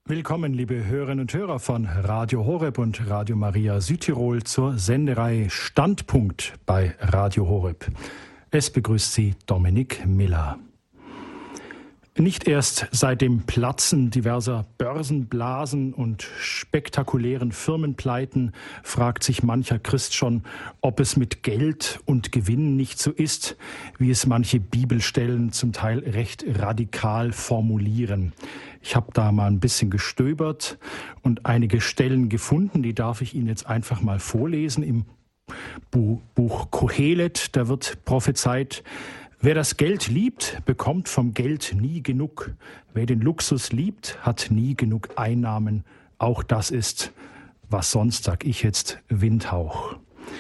Willkommen, liebe Hörerinnen und Hörer von Radio Horeb und Radio Maria Südtirol zur Sendereihe Standpunkt bei Radio Horeb. Es begrüßt Sie Dominik Miller. Nicht erst seit dem Platzen diverser Börsenblasen und spektakulären Firmenpleiten fragt sich mancher Christ schon, ob es mit Geld und Gewinn nicht so ist, wie es manche Bibelstellen zum Teil recht radikal formulieren. Ich habe da mal ein bisschen gestöbert und einige Stellen gefunden, die darf ich Ihnen jetzt einfach mal vorlesen. Im Buch Kohelet, da wird prophezeit: Wer das Geld liebt, bekommt vom Geld nie genug. Wer den Luxus liebt, hat nie genug Einnahmen. Auch das ist, was sonst, sag ich jetzt, Windhauch.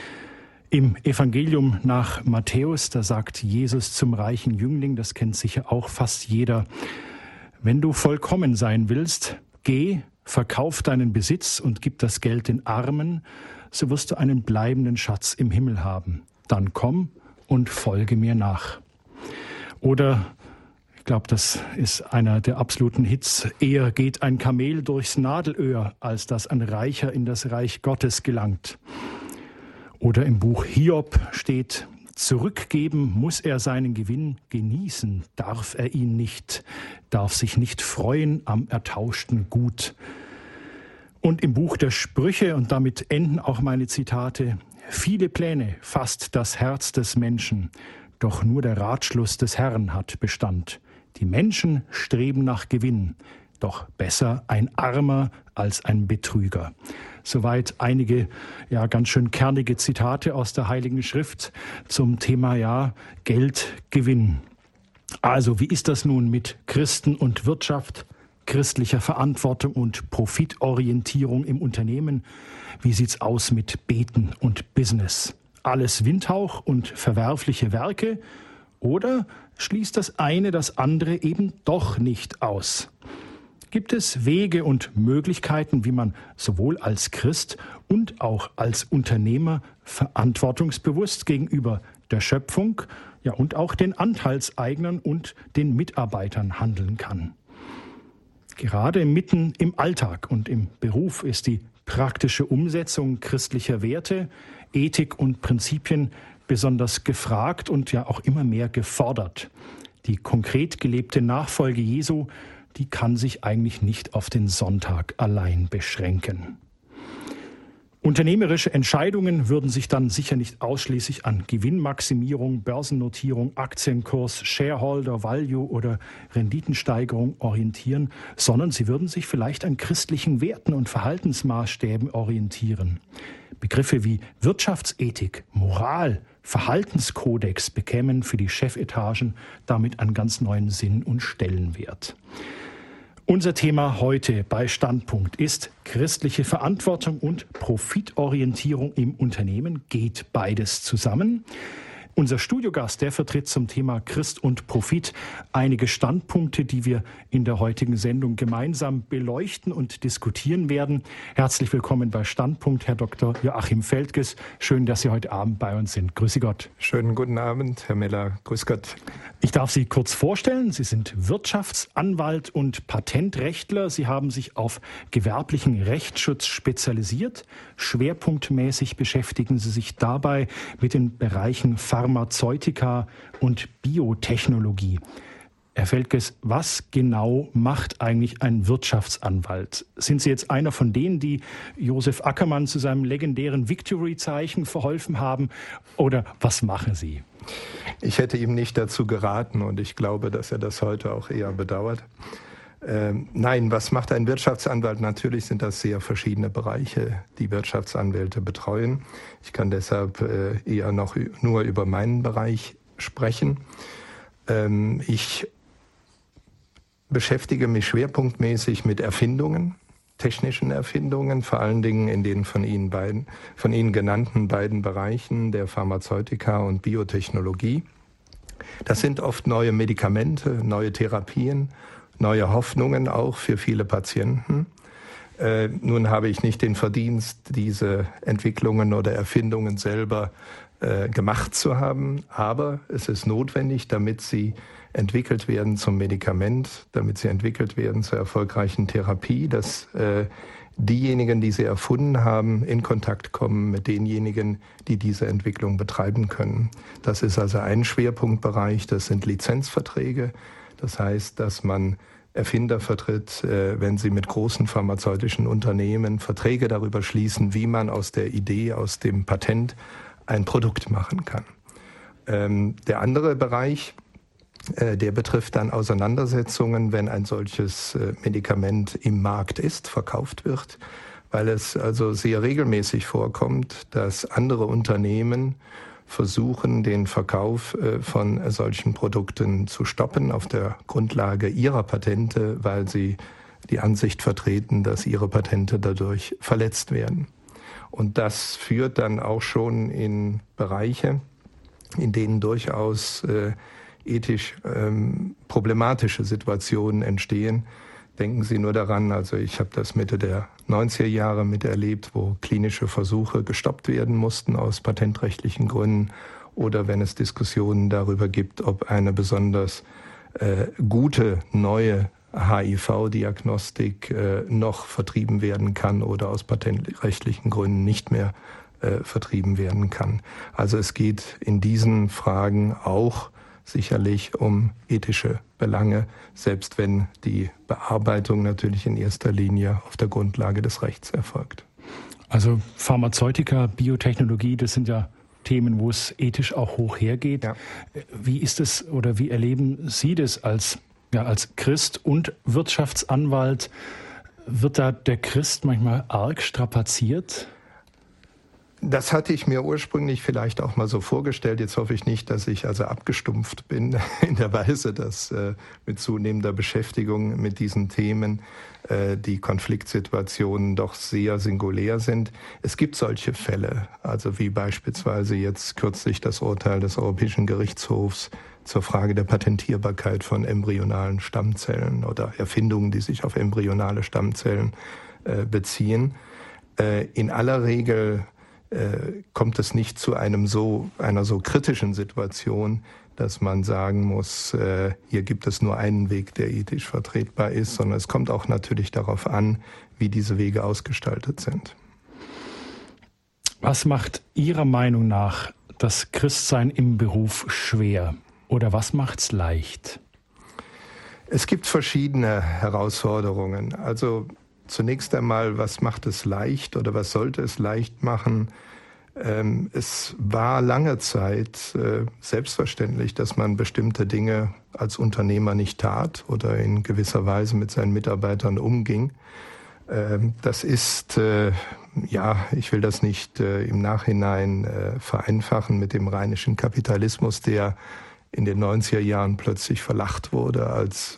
Im Evangelium nach Matthäus, da sagt Jesus zum reichen Jüngling, das kennt sicher auch fast jeder: Wenn du vollkommen sein willst, geh, verkauf deinen Besitz und gib das Geld den Armen, so wirst du einen bleibenden Schatz im Himmel haben. Dann komm und folge mir nach. Oder, ich glaube, das ist einer der absoluten Hits: Eher geht ein Kamel durchs Nadelöhr, als dass ein Reicher in das Reich Gottes gelangt. Oder im Buch Hiob steht: Zurückgeben muss er seinen Gewinn, genießen darf er ihn nicht, darf sich nicht freuen am ertauschten Gut. Und im Buch der Sprüche, und damit enden auch meine Zitate: Viele Pläne fasst das Herz des Menschen, doch nur der Ratschluss des Herrn hat Bestand. Die Menschen streben nach Gewinn, doch besser ein Armer als ein Betrüger. Soweit einige ganz schön kernige Zitate aus der Heiligen Schrift zum Thema Geld, Gewinn. Also, wie ist das nun mit Christen und Wirtschaft, christlicher Verantwortung und Profitorientierung im Unternehmen? Wie sieht's aus mit Beten und Business? Alles Windhauch und verwerfliche Werke? Oder schließt das eine das andere eben doch nicht aus? Gibt es Wege und Möglichkeiten, wie man sowohl als Christ und auch als Unternehmer verantwortungsbewusst gegenüber der Schöpfung, und auch den Anteilseignern und den Mitarbeitern handeln kann? Gerade mitten im Alltag und im Beruf ist die praktische Umsetzung christlicher Werte, Ethik und Prinzipien besonders gefragt und auch immer mehr gefordert. Die konkret gelebte Nachfolge Jesu, die kann sich eigentlich nicht auf den Sonntag allein beschränken. Unternehmerische Entscheidungen würden sich dann sicher nicht ausschließlich an Gewinnmaximierung, Börsennotierung, Aktienkurs, Shareholder Value oder Renditensteigerung orientieren, sondern sie würden sich vielleicht an christlichen Werten und Verhaltensmaßstäben orientieren. Begriffe wie Wirtschaftsethik, Moral, Verhaltenskodex bekämen für die Chefetagen damit einen ganz neuen Sinn und Stellenwert. Unser Thema heute bei Standpunkt ist christliche Verantwortung und Profitorientierung im Unternehmen. Geht beides zusammen? Unser Studiogast, der vertritt zum Thema Christ und Profit einige Standpunkte, die wir in der heutigen Sendung gemeinsam beleuchten und diskutieren werden. Herzlich willkommen bei Standpunkt, Herr Dr. Joachim Feldges. Schön, dass Sie heute Abend bei uns sind. Grüße Gott. Schönen guten Abend, Herr Miller. Grüß Gott. Ich darf Sie kurz vorstellen. Sie sind Wirtschaftsanwalt und Patentrechtler. Sie haben sich auf gewerblichen Rechtsschutz spezialisiert. Schwerpunktmäßig beschäftigen Sie sich dabei mit den Bereichen Pharmazeutika und Biotechnologie. Herr Feldges, was genau macht eigentlich ein Wirtschaftsanwalt? Sind Sie jetzt einer von denen, die Josef Ackermann zu seinem legendären Victory-Zeichen verholfen haben? Oder was machen Sie? Ich hätte ihm nicht dazu geraten und ich glaube, dass er das heute auch eher bedauert. Nein, was macht ein Wirtschaftsanwalt? Natürlich sind das sehr verschiedene Bereiche, die Wirtschaftsanwälte betreuen. Ich kann deshalb eher noch nur über meinen Bereich sprechen. Ich beschäftige mich schwerpunktmäßig mit Erfindungen, technischen Erfindungen, vor allen Dingen in den von Ihnen genannten beiden Bereichen der Pharmazeutika und Biotechnologie. Das sind oft neue Medikamente, neue Therapien, neue Hoffnungen auch für viele Patienten. Nun habe ich nicht den Verdienst, diese Entwicklungen oder Erfindungen selber gemacht zu haben, aber es ist notwendig, damit sie entwickelt werden zum Medikament, damit sie entwickelt werden zur erfolgreichen Therapie, dass diejenigen, die sie erfunden haben, in Kontakt kommen mit denjenigen, die diese Entwicklung betreiben können. Das ist also ein Schwerpunktbereich, das sind Lizenzverträge. Das heißt, dass man Erfinder vertritt, wenn sie mit großen pharmazeutischen Unternehmen Verträge darüber schließen, wie man aus der Idee, aus dem Patent ein Produkt machen kann. Der andere Bereich, der betrifft dann Auseinandersetzungen, wenn ein solches Medikament im Markt ist, verkauft wird, weil es also sehr regelmäßig vorkommt, dass andere Unternehmen versuchen, den Verkauf von solchen Produkten zu stoppen auf der Grundlage ihrer Patente, weil sie die Ansicht vertreten, dass ihre Patente dadurch verletzt werden. Und das führt dann auch schon in Bereiche, in denen durchaus ethisch problematische Situationen entstehen. Denken Sie nur daran, also ich habe das Mitte der 90er Jahre miterlebt, wo klinische Versuche gestoppt werden mussten aus patentrechtlichen Gründen oder wenn es Diskussionen darüber gibt, ob eine besonders gute neue HIV-Diagnostik noch vertrieben werden kann oder aus patentrechtlichen Gründen nicht mehr vertrieben werden kann. Also es geht in diesen Fragen auch sicherlich um ethische Belange, selbst wenn die Bearbeitung natürlich in erster Linie auf der Grundlage des Rechts erfolgt. Also Pharmazeutika, Biotechnologie, das sind ja Themen, wo es ethisch auch hoch hergeht. Ja. Wie ist es oder wie erleben Sie das als Christ und Wirtschaftsanwalt? Wird da der Christ manchmal arg strapaziert? Das hatte ich mir ursprünglich vielleicht auch mal so vorgestellt. Jetzt hoffe ich nicht, dass ich also abgestumpft bin in der Weise, dass mit zunehmender Beschäftigung mit diesen Themen die Konfliktsituationen doch sehr singulär sind. Es gibt solche Fälle, also wie beispielsweise jetzt kürzlich das Urteil des Europäischen Gerichtshofs zur Frage der Patentierbarkeit von embryonalen Stammzellen oder Erfindungen, die sich auf embryonale Stammzellen beziehen. In aller Regel kommt es nicht zu einer so kritischen Situation, dass man sagen muss, hier gibt es nur einen Weg, der ethisch vertretbar ist, sondern es kommt auch natürlich darauf an, wie diese Wege ausgestaltet sind. Was macht Ihrer Meinung nach das Christsein im Beruf schwer oder was macht's leicht? Es gibt verschiedene Herausforderungen. Also zunächst einmal, was macht es leicht oder was sollte es leicht machen? Es war lange Zeit selbstverständlich, dass man bestimmte Dinge als Unternehmer nicht tat oder in gewisser Weise mit seinen Mitarbeitern umging. Das ist, ich will das nicht im Nachhinein vereinfachen mit dem rheinischen Kapitalismus, der in den 90er Jahren plötzlich verlacht wurde als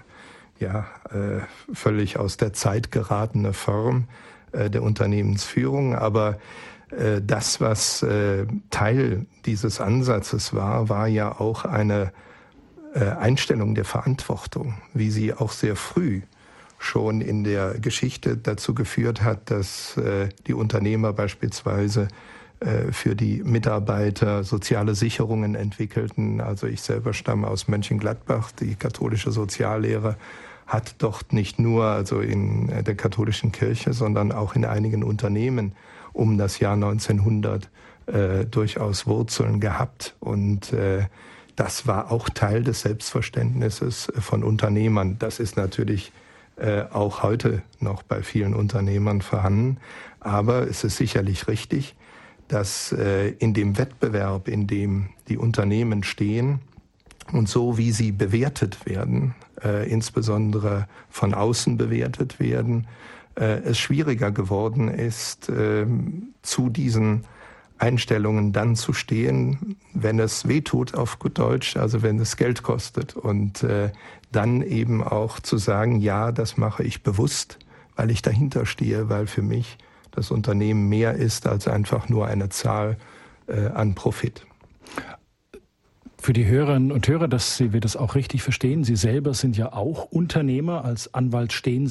völlig aus der Zeit geratene Form der Unternehmensführung. Aber das, was Teil dieses Ansatzes war ja auch eine Einstellung der Verantwortung, wie sie auch sehr früh schon in der Geschichte dazu geführt hat, dass die Unternehmer beispielsweise für die Mitarbeiter soziale Sicherungen entwickelten. Also ich selber stamme aus Mönchengladbach, die katholische Soziallehre hat dort nicht nur, also in der katholischen Kirche, sondern auch in einigen Unternehmen um das Jahr 1900 durchaus Wurzeln gehabt. Und das war auch Teil des Selbstverständnisses von Unternehmern. Das ist natürlich auch heute noch bei vielen Unternehmern vorhanden. Aber es ist sicherlich richtig, dass in dem Wettbewerb, in dem die Unternehmen stehen und so wie sie bewertet werden, insbesondere von außen bewertet werden, es schwieriger geworden ist, zu diesen Einstellungen dann zu stehen, wenn es wehtut auf gut Deutsch, also wenn es Geld kostet. Und dann eben auch zu sagen, ja, das mache ich bewusst, weil ich dahinter stehe, weil für mich das Unternehmen mehr ist als einfach nur eine Zahl an Profit. Für die Hörerinnen und Hörer, dass wir das auch richtig verstehen, Sie selber sind ja auch Unternehmer. Als Anwalt stehen Sie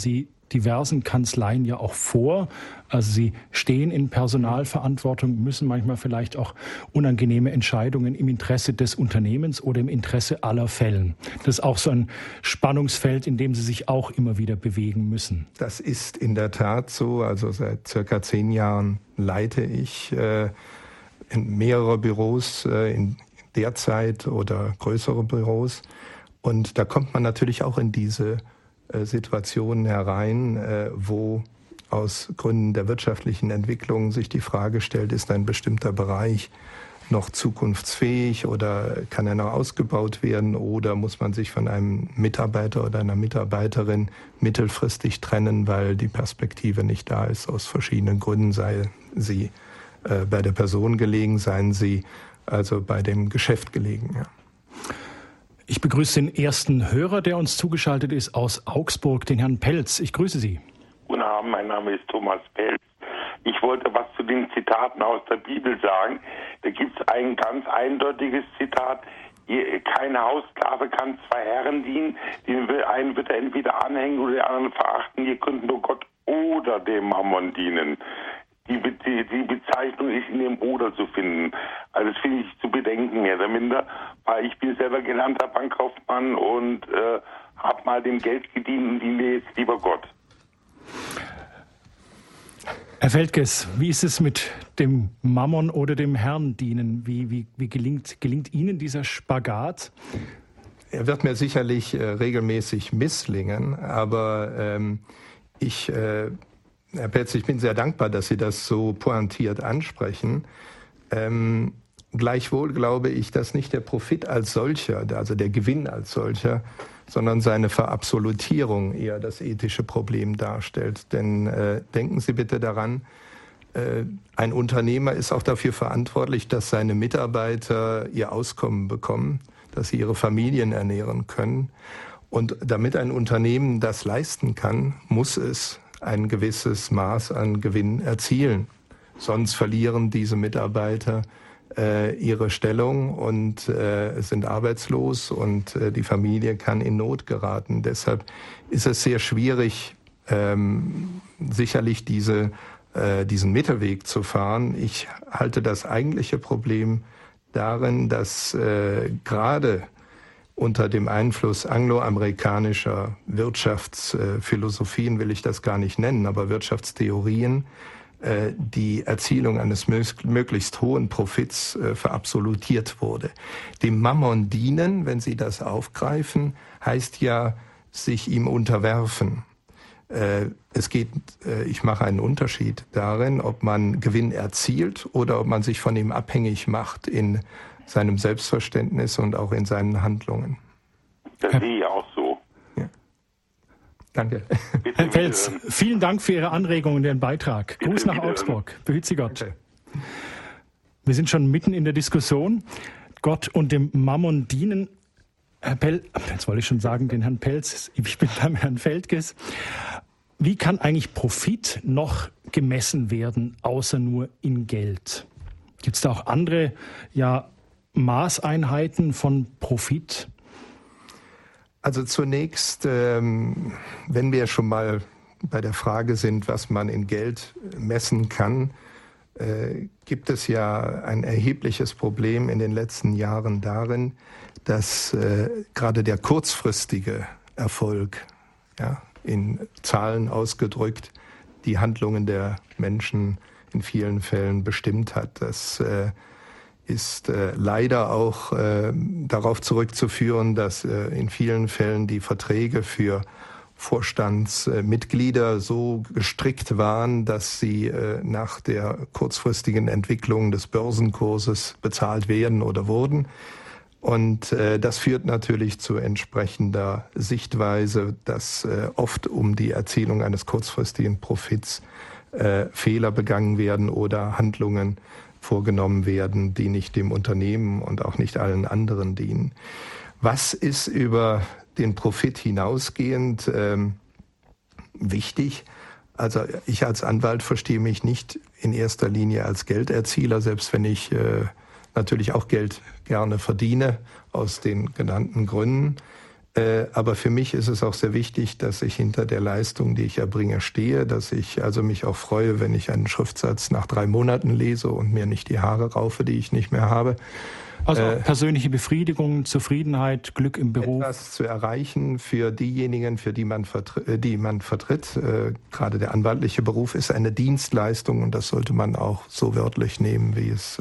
diversen Kanzleien ja auch vor. Also Sie stehen in Personalverantwortung, müssen manchmal vielleicht auch unangenehme Entscheidungen im Interesse des Unternehmens oder im Interesse aller Fällen. Das ist auch so ein Spannungsfeld, in dem Sie sich auch immer wieder bewegen müssen. Das ist in der Tat so. Also seit circa 10 Jahren leite ich in mehrere Büros in der Zeit oder größere Büros. Und da kommt man natürlich auch in diese Situationen herein, wo aus Gründen der wirtschaftlichen Entwicklung sich die Frage stellt, ist ein bestimmter Bereich noch zukunftsfähig oder kann er noch ausgebaut werden oder muss man sich von einem Mitarbeiter oder einer Mitarbeiterin mittelfristig trennen, weil die Perspektive nicht da ist, aus verschiedenen Gründen, sei sie bei der Person gelegen, seien sie also bei dem Geschäft gelegen. Ja. Ich begrüße den ersten Hörer, der uns zugeschaltet ist aus Augsburg, den Herrn Pelz. Ich grüße Sie. Guten Abend, mein Name ist Thomas Pelz. Ich wollte was zu den Zitaten aus der Bibel sagen. Da gibt es ein ganz eindeutiges Zitat. Kein Haussklave kann 2 Herren dienen. Den einen wird er entweder anhängen oder den anderen verachten. Ihr könnt nur Gott oder dem Mammon dienen. Die Bezeichnung ist in dem Oder zu finden. Also das finde ich zu bedenken, mehr oder minder, weil ich bin selber gelernter Bankkaufmann und habe mal dem Geld gedient und diene jetzt lieber Gott. Herr Feldges, wie ist es mit dem Mammon oder dem Herrn dienen? Wie gelingt Ihnen dieser Spagat? Er wird mir sicherlich regelmäßig misslingen, aber Herr Pelz, ich bin sehr dankbar, dass Sie das so pointiert ansprechen. Gleichwohl glaube ich, dass nicht der Profit als solcher, also der Gewinn als solcher, sondern seine Verabsolutierung eher das ethische Problem darstellt. Denn denken Sie bitte daran, ein Unternehmer ist auch dafür verantwortlich, dass seine Mitarbeiter ihr Auskommen bekommen, dass sie ihre Familien ernähren können. Und damit ein Unternehmen das leisten kann, muss es ein gewisses Maß an Gewinn erzielen. Sonst verlieren diese Mitarbeiter ihre Stellung und sind arbeitslos und die Familie kann in Not geraten. Deshalb ist es sehr schwierig, sicherlich diesen Mittelweg zu fahren. Ich halte das eigentliche Problem darin, dass gerade unter dem Einfluss angloamerikanischer Wirtschaftsphilosophien will ich das gar nicht nennen, aber Wirtschaftstheorien, die Erzielung eines möglichst hohen Profits verabsolutiert wurde. Dem Mammon dienen, wenn Sie das aufgreifen, heißt ja sich ihm unterwerfen. Ich mache einen Unterschied darin, ob man Gewinn erzielt oder ob man sich von ihm abhängig macht in seinem Selbstverständnis und auch in seinen Handlungen. Das sehe ich auch so. Ja. Danke. Herr Pelz, vielen Dank für Ihre Anregung und Ihren Beitrag. Gruß nach Augsburg. Behüt Sie Gott. Okay. Wir sind schon mitten in der Diskussion. Gott und dem Mammon dienen. Herr Pelz, jetzt wollte ich schon sagen, den Herrn Pelz, ich bin beim Herrn Feldges. Wie kann eigentlich Profit noch gemessen werden, außer nur in Geld? Gibt es da auch andere, Maßeinheiten von Profit? Also zunächst, wenn wir schon mal bei der Frage sind, was man in Geld messen kann, gibt es ja ein erhebliches Problem in den letzten Jahren darin, dass gerade der kurzfristige Erfolg, in Zahlen ausgedrückt, die Handlungen der Menschen in vielen Fällen bestimmt hat. Das ist leider auch darauf zurückzuführen, dass in vielen Fällen die Verträge für Vorstandsmitglieder so gestrickt waren, dass sie nach der kurzfristigen Entwicklung des Börsenkurses bezahlt werden oder wurden. Und das führt natürlich zu entsprechender Sichtweise, dass oft um die Erzielung eines kurzfristigen Profits Fehler begangen werden oder Handlungen vorgenommen werden, die nicht dem Unternehmen und auch nicht allen anderen dienen. Was ist über den Profit hinausgehend wichtig? Also ich als Anwalt verstehe mich nicht in erster Linie als Gelderzieler, selbst wenn ich natürlich auch Geld gerne verdiene, aus den genannten Gründen. Aber für mich ist es auch sehr wichtig, dass ich hinter der Leistung, die ich erbringe, stehe, dass ich also mich auch freue, wenn ich einen Schriftsatz nach 3 Monaten lese und mir nicht die Haare raufe, die ich nicht mehr habe. Also auch persönliche Befriedigung, Zufriedenheit, Glück im Beruf. Etwas zu erreichen für diejenigen, für die man vertritt. Gerade der anwaltliche Beruf ist eine Dienstleistung und das sollte man auch so wörtlich nehmen, wie es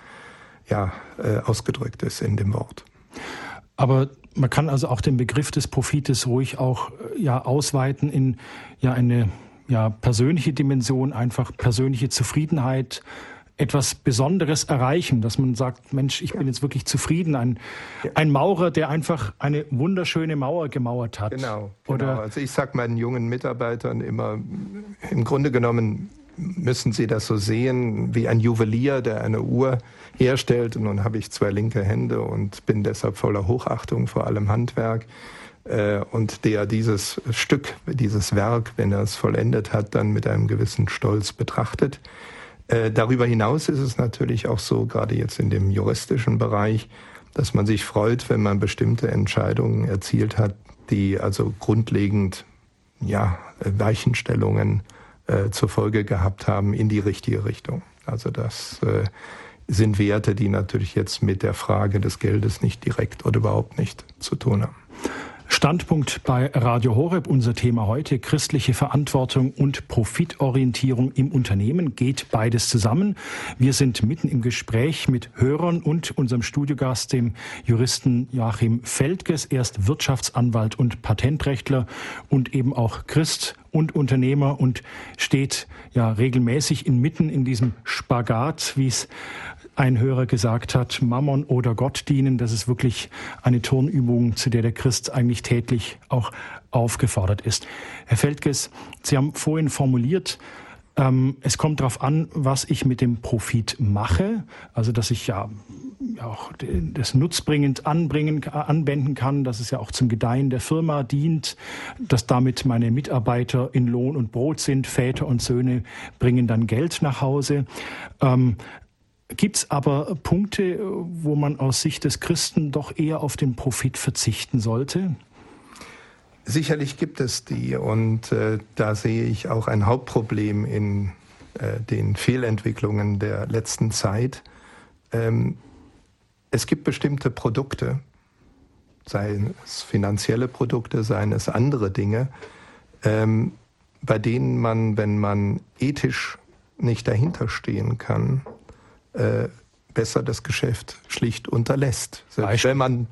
ausgedrückt ist in dem Wort. Aber man kann also auch den Begriff des Profites ruhig auch ausweiten in eine persönliche Dimension, einfach persönliche Zufriedenheit, etwas Besonderes erreichen, dass man sagt, Mensch, ich bin jetzt wirklich zufrieden. Ein Maurer, der einfach eine wunderschöne Mauer gemauert hat. Genau. Also ich sage meinen jungen Mitarbeitern immer, im Grunde genommen müssen sie das so sehen wie ein Juwelier, der eine Uhr herstellt. Und nun habe ich 2 linke Hände und bin deshalb voller Hochachtung vor allem Handwerk. Und der dieses Stück, dieses Werk, wenn er es vollendet hat, dann mit einem gewissen Stolz betrachtet. Darüber hinaus ist es natürlich auch so, gerade jetzt in dem juristischen Bereich, dass man sich freut, wenn man bestimmte Entscheidungen erzielt hat, die also grundlegend Weichenstellungen zur Folge gehabt haben in die richtige Richtung. Also das sind Werte, die natürlich jetzt mit der Frage des Geldes nicht direkt oder überhaupt nicht zu tun haben. Standpunkt bei Radio Horeb, unser Thema heute, christliche Verantwortung und Profitorientierung im Unternehmen. Geht beides zusammen? Wir sind mitten im Gespräch mit Hörern und unserem Studiogast, dem Juristen Joachim Feldges. Er ist Wirtschaftsanwalt und Patentrechtler und eben auch Christ und Unternehmer und steht regelmäßig inmitten in diesem Spagat, wie es ein Hörer gesagt hat, Mammon oder Gott dienen. Das ist wirklich eine Turnübung, zu der der Christ eigentlich täglich auch aufgefordert ist. Herr Feldges, Sie haben vorhin formuliert, es kommt darauf an, was ich mit dem Profit mache. Also, dass ich auch das nutzbringend anwenden kann, dass es ja auch zum Gedeihen der Firma dient, dass damit meine Mitarbeiter in Lohn und Brot sind, Väter und Söhne bringen dann Geld nach Hause. Gibt es aber Punkte, wo man aus Sicht des Christen doch eher auf den Profit verzichten sollte? Sicherlich gibt es die und da sehe ich auch ein Hauptproblem in den Fehlentwicklungen der letzten Zeit. Es gibt bestimmte Produkte, seien es finanzielle Produkte, seien es andere Dinge, bei denen man, wenn man ethisch nicht dahinter stehen kann, besser das Geschäft schlicht unterlässt. Selbst wenn man,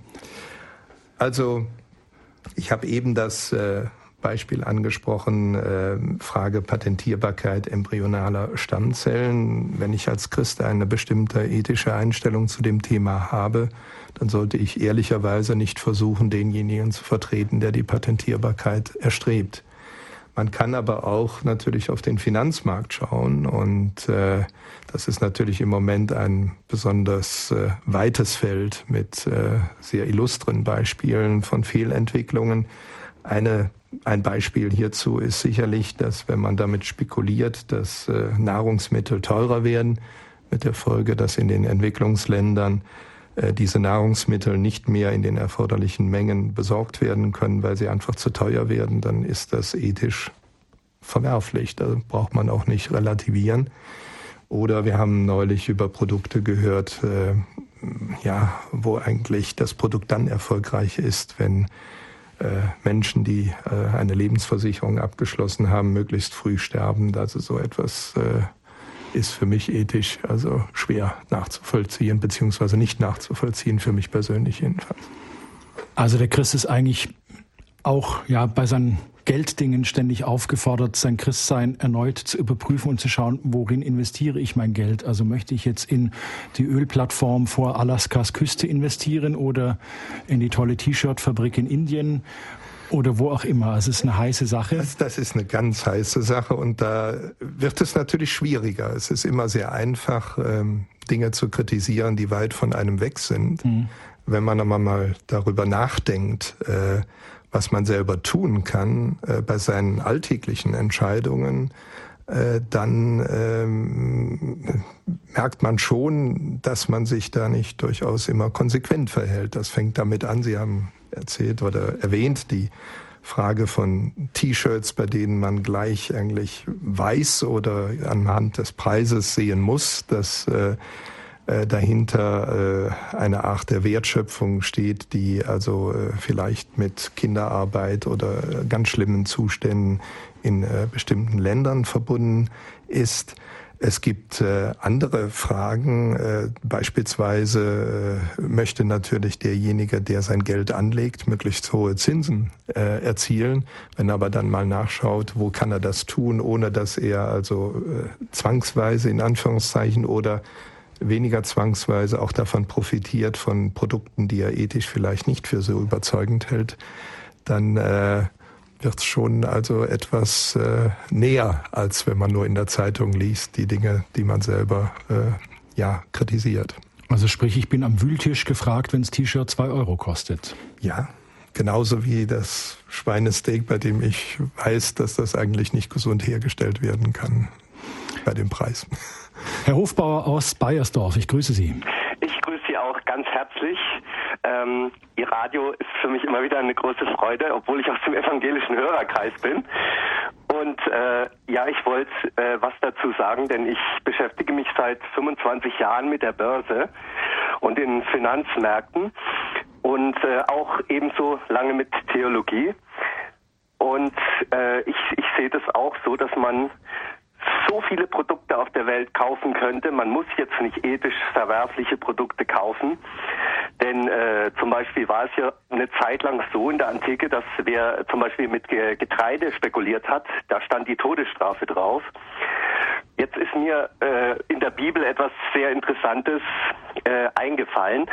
ich habe eben das Beispiel angesprochen, Frage Patentierbarkeit embryonaler Stammzellen. Wenn ich als Christ eine bestimmte ethische Einstellung zu dem Thema habe, dann sollte ich ehrlicherweise nicht versuchen, denjenigen zu vertreten, der die Patentierbarkeit erstrebt. Man kann aber auch natürlich auf den Finanzmarkt schauen und das ist natürlich im Moment ein besonders weites Feld mit sehr illustren Beispielen von Fehlentwicklungen. Ein Beispiel hierzu ist sicherlich, dass wenn man damit spekuliert, dass Nahrungsmittel teurer werden, mit der Folge, dass in den Entwicklungsländern diese Nahrungsmittel nicht mehr in den erforderlichen Mengen besorgt werden können, weil sie einfach zu teuer werden, dann ist das ethisch verwerflich. Da braucht man auch nicht relativieren. Oder wir haben neulich über Produkte gehört, wo eigentlich das Produkt dann erfolgreich ist, wenn Menschen, die eine Lebensversicherung abgeschlossen haben, möglichst früh sterben. Also so etwas ist für mich ethisch also schwer nachzuvollziehen, beziehungsweise nicht nachzuvollziehen, für mich persönlich jedenfalls. Also der Christ ist eigentlich auch bei seinen Gelddingen ständig aufgefordert, sein Christsein erneut zu überprüfen und zu schauen, worin investiere ich mein Geld? Also möchte ich jetzt in die Ölplattform vor Alaskas Küste investieren oder in die tolle T-Shirt-Fabrik in Indien? Oder wo auch immer. Es ist eine heiße Sache. Das ist eine ganz heiße Sache und da wird es natürlich schwieriger. Es ist immer sehr einfach, Dinge zu kritisieren, die weit von einem weg sind. Mhm. Wenn man aber mal darüber nachdenkt, was man selber tun kann bei seinen alltäglichen Entscheidungen, dann merkt man schon, dass man sich da nicht durchaus immer konsequent verhält. Das fängt damit an, Sie haben erzählt oder erwähnt, die Frage von T-Shirts, bei denen man gleich eigentlich weiß oder anhand des Preises sehen muss, dass dahinter eine Art der Wertschöpfung steht, die also vielleicht mit Kinderarbeit oder ganz schlimmen Zuständen in bestimmten Ländern verbunden ist. Es gibt andere Fragen, beispielsweise möchte natürlich derjenige, der sein Geld anlegt, möglichst hohe Zinsen erzielen. Wenn er aber dann mal nachschaut, wo kann er das tun, ohne dass er also zwangsweise in Anführungszeichen oder weniger zwangsweise auch davon profitiert von Produkten, die er ethisch vielleicht nicht für so überzeugend hält, dann wird es schon also etwas näher, als wenn man nur in der Zeitung liest, die Dinge, die man selber kritisiert. Also sprich, ich bin am Wühltisch gefragt, wenn das T-Shirt 2 Euro kostet. Ja, genauso wie das Schweinesteak, bei dem ich weiß, dass das eigentlich nicht gesund hergestellt werden kann bei dem Preis. Herr Hofbauer aus Baiersdorf, ich grüße Sie. Ich grüße Sie auch ganz herzlich. Ihr Radio ist für mich immer wieder eine große Freude, obwohl ich aus dem evangelischen Hörerkreis bin. Und ich wollte was dazu sagen, denn ich beschäftige mich seit 25 Jahren mit der Börse und den Finanzmärkten und auch ebenso lange mit Theologie. Und ich sehe das auch so, dass man so viele Produkte auf der Welt kaufen könnte. Man muss jetzt nicht ethisch verwerfliche Produkte kaufen. Denn zum Beispiel war es ja eine Zeit lang so in der Antike, dass wer zum Beispiel mit Getreide spekuliert hat, da stand die Todesstrafe drauf. Jetzt ist mir in der Bibel etwas sehr Interessantes eingefallen.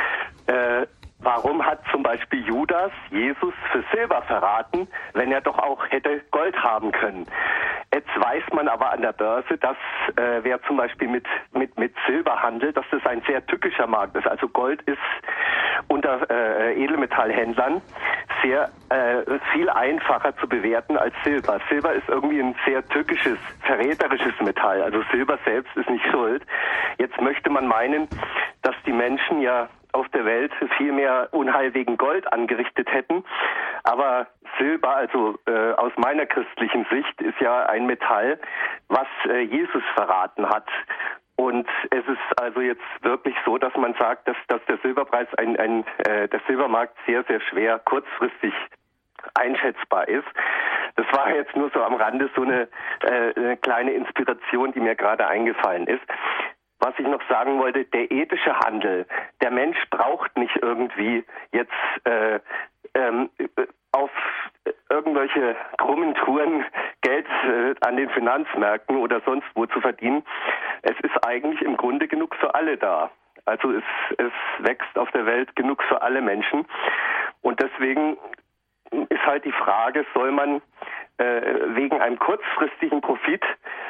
Warum hat zum Beispiel Judas Jesus für Silber verraten, wenn er doch auch hätte Gold haben können? Jetzt weiß man aber an der Börse, dass wer zum Beispiel mit Silber handelt, dass das ein sehr tückischer Markt ist. Also Gold ist unter Edelmetallhändlern sehr viel einfacher zu bewerten als Silber. Silber ist irgendwie ein sehr tückisches, verräterisches Metall. Also Silber selbst ist nicht schuld. Jetzt möchte man meinen, dass die Menschen ja auf der Welt viel mehr Unheil wegen Gold angerichtet hätten. Aber Silber, also aus meiner christlichen Sicht, ist ja ein Metall, was Jesus verraten hat. Und es ist also jetzt wirklich so, dass man sagt, dass der Silberpreis, der Silbermarkt sehr, sehr schwer kurzfristig einschätzbar ist. Das war jetzt nur so am Rande so eine kleine Inspiration, die mir gerade eingefallen ist. Was ich noch sagen wollte, der ethische Handel, der Mensch braucht nicht irgendwie jetzt auf irgendwelche krummen Touren Geld an den Finanzmärkten oder sonst wo zu verdienen. Es ist eigentlich im Grunde genug für alle da. Also es wächst auf der Welt genug für alle Menschen. Und deswegen ist halt die Frage, soll man wegen einem kurzfristigen Profit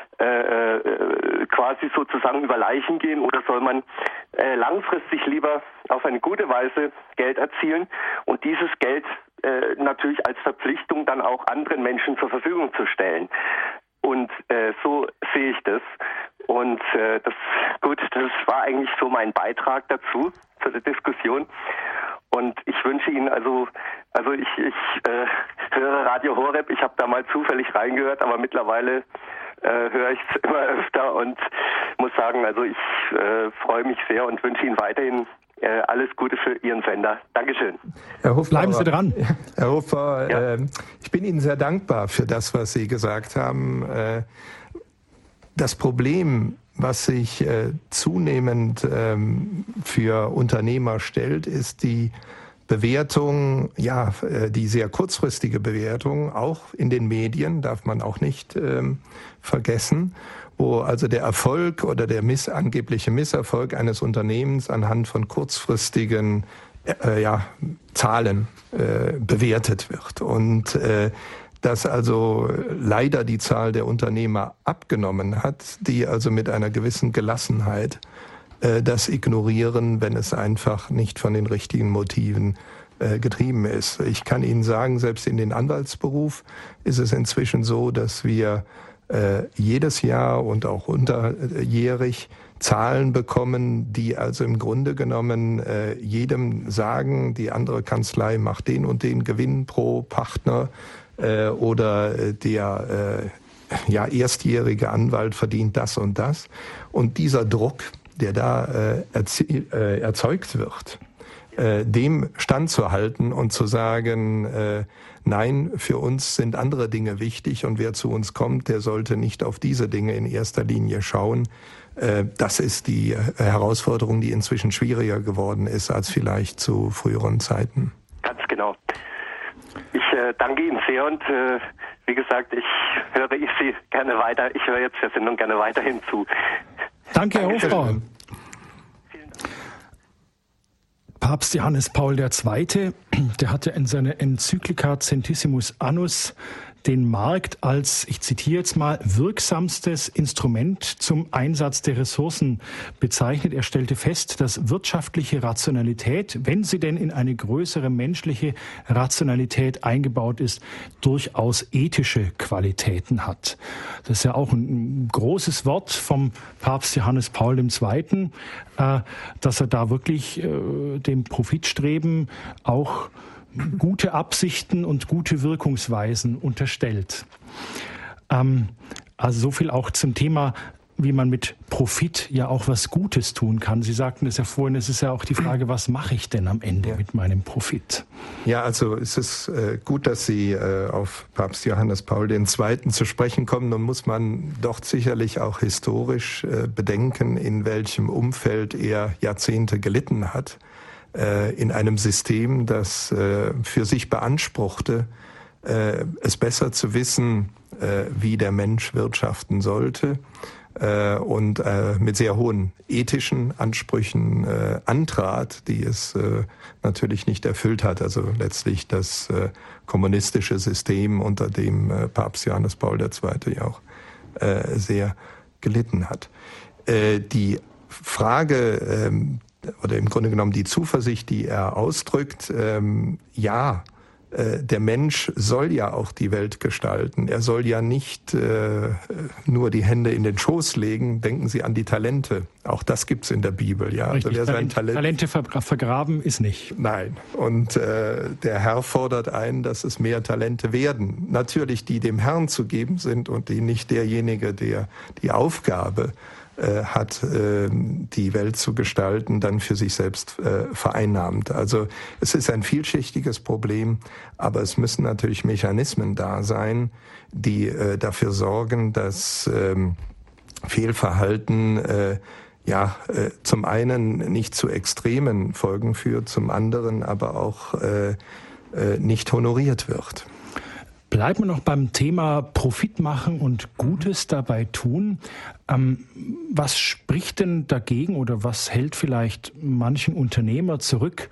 quasi sozusagen über Leichen gehen oder soll man langfristig lieber auf eine gute Weise Geld erzielen und dieses Geld natürlich als Verpflichtung dann auch anderen Menschen zur Verfügung zu stellen. Und so sehe ich das. Und das war eigentlich so mein Beitrag dazu, zu der Diskussion. Und ich wünsche Ihnen also ich höre Radio Horeb, ich habe da mal zufällig reingehört, aber mittlerweile höre ich es immer öfter und muss sagen, also ich freue mich sehr und wünsche Ihnen weiterhin alles Gute für Ihren Sender. Dankeschön. Herr Hofbauer, bleiben Sie dran. Herr Hofbauer, ich bin Ihnen sehr dankbar für das, was Sie gesagt haben. Das Problem, was sich zunehmend für Unternehmer stellt, ist die Bewertung, die sehr kurzfristige Bewertung, auch in den Medien, darf man auch nicht vergessen, wo also der Erfolg oder der angebliche Misserfolg eines Unternehmens anhand von kurzfristigen Zahlen bewertet wird. Und dass also leider die Zahl der Unternehmer abgenommen hat, die also mit einer gewissen Gelassenheit das ignorieren, wenn es einfach nicht von den richtigen Motiven getrieben ist. Ich kann Ihnen sagen, selbst in den Anwaltsberuf ist es inzwischen so, dass wir jedes Jahr und auch unterjährig Zahlen bekommen, die also im Grunde genommen jedem sagen, die andere Kanzlei macht den und den Gewinn pro Partner oder der erstjährige Anwalt verdient das und das. Und dieser Druck, der da erzeugt wird, dem standzuhalten und zu sagen, nein, für uns sind andere Dinge wichtig und wer zu uns kommt, der sollte nicht auf diese Dinge in erster Linie schauen. Das ist die Herausforderung, die inzwischen schwieriger geworden ist als vielleicht zu früheren Zeiten. Ganz genau. Ich danke Ihnen sehr und wie gesagt, ich höre Sie gerne weiter. Ich höre jetzt der Sendung gerne weiterhin zu. Danke, Herr Hofbauer. Papst Johannes Paul II., der hatte in seiner Enzyklika Centissimus Annus den Markt als, ich zitiere jetzt mal, wirksamstes Instrument zum Einsatz der Ressourcen bezeichnet. Er stellte fest, dass wirtschaftliche Rationalität, wenn sie denn in eine größere menschliche Rationalität eingebaut ist, durchaus ethische Qualitäten hat. Das ist ja auch ein großes Wort vom Papst Johannes Paul II., dass er da wirklich dem Profitstreben auch gute Absichten und gute Wirkungsweisen unterstellt. Also so viel auch zum Thema, wie man mit Profit ja auch was Gutes tun kann. Sie sagten es ja vorhin, es ist ja auch die Frage, was mache ich denn am Ende mit meinem Profit? Ja, also es ist gut, dass Sie auf Papst Johannes Paul II. Zu sprechen kommen. Nun muss man doch sicherlich auch historisch bedenken, in welchem Umfeld er Jahrzehnte gelitten hat. In einem System, das für sich beanspruchte, es besser zu wissen, wie der Mensch wirtschaften sollte und mit sehr hohen ethischen Ansprüchen antrat, die es natürlich nicht erfüllt hat. Also letztlich das kommunistische System, unter dem Papst Johannes Paul II. Ja auch sehr gelitten hat. Die Frage oder im Grunde genommen die Zuversicht, die er ausdrückt, der Mensch soll ja auch die Welt gestalten. Er soll ja nicht nur die Hände in den Schoß legen. Denken Sie an die Talente. Auch das gibt's in der Bibel. Ja, richtig, also Talente vergraben ist nicht. Nein. Und der Herr fordert ein, dass es mehr Talente werden. Natürlich, die dem Herrn zu geben sind und die nicht derjenige, der die Aufgabe hat, die Welt zu gestalten, dann für sich selbst vereinnahmt. Also es ist ein vielschichtiges Problem, aber es müssen natürlich Mechanismen da sein, die dafür sorgen, dass Fehlverhalten zum einen nicht zu extremen Folgen führt, zum anderen aber auch nicht honoriert wird. Bleiben wir noch beim Thema Profit machen und Gutes dabei tun. Was spricht denn dagegen oder was hält vielleicht manchen Unternehmer zurück,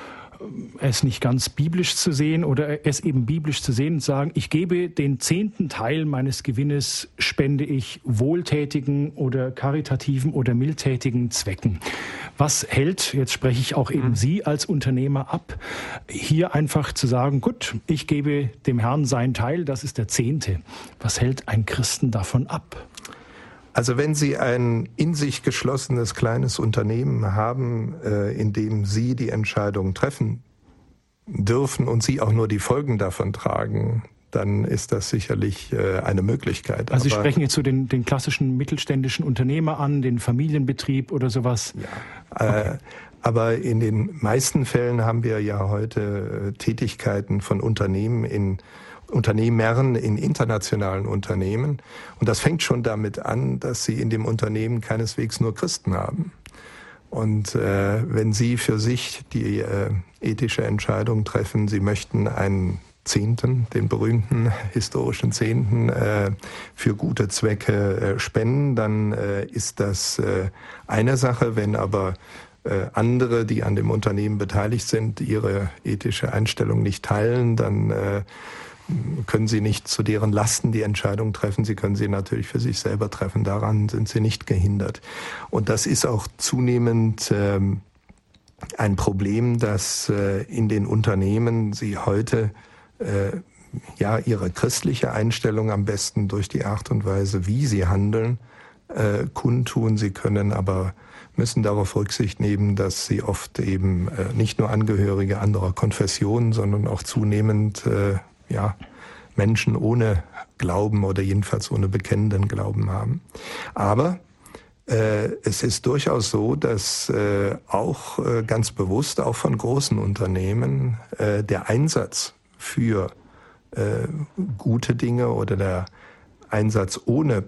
es nicht ganz biblisch zu sehen oder es eben biblisch zu sehen und sagen, ich gebe den 10. Teil meines Gewinnes, spende ich wohltätigen oder karitativen oder mildtätigen Zwecken. Was hält, jetzt spreche ich auch eben Sie als Unternehmer ab, hier einfach zu sagen, gut, ich gebe dem Herrn seinen Teil, das ist der 10. Was hält ein Christen davon ab? Also wenn Sie ein in sich geschlossenes kleines Unternehmen haben, in dem Sie die Entscheidung treffen dürfen und Sie auch nur die Folgen davon tragen, dann ist das sicherlich eine Möglichkeit. Also Sie sprechen jetzt so den klassischen mittelständischen Unternehmer an, den Familienbetrieb oder sowas? Ja, okay. Aber in den meisten Fällen haben wir ja heute Tätigkeiten von Unternehmern in internationalen Unternehmen. Und das fängt schon damit an, dass sie in dem Unternehmen keineswegs nur Christen haben. Und wenn Sie für sich die ethische Entscheidung treffen, Sie möchten einen 10., den berühmten historischen 10., für gute Zwecke spenden, dann ist das eine Sache. Wenn aber andere, die an dem Unternehmen beteiligt sind, ihre ethische Einstellung nicht teilen, dann können Sie nicht zu deren Lasten die Entscheidung treffen. Sie können sie natürlich für sich selber treffen. Daran sind Sie nicht gehindert. Und das ist auch zunehmend ein Problem, dass in den Unternehmen Sie heute ihre christliche Einstellung am besten durch die Art und Weise, wie sie handeln, kundtun. Sie können aber müssen darauf Rücksicht nehmen, dass sie oft eben nicht nur Angehörige anderer Konfessionen, sondern auch zunehmend Menschen ohne Glauben oder jedenfalls ohne bekennenden Glauben haben. Aber es ist durchaus so, dass auch ganz bewusst, auch von großen Unternehmen, der Einsatz für gute Dinge oder der Einsatz ohne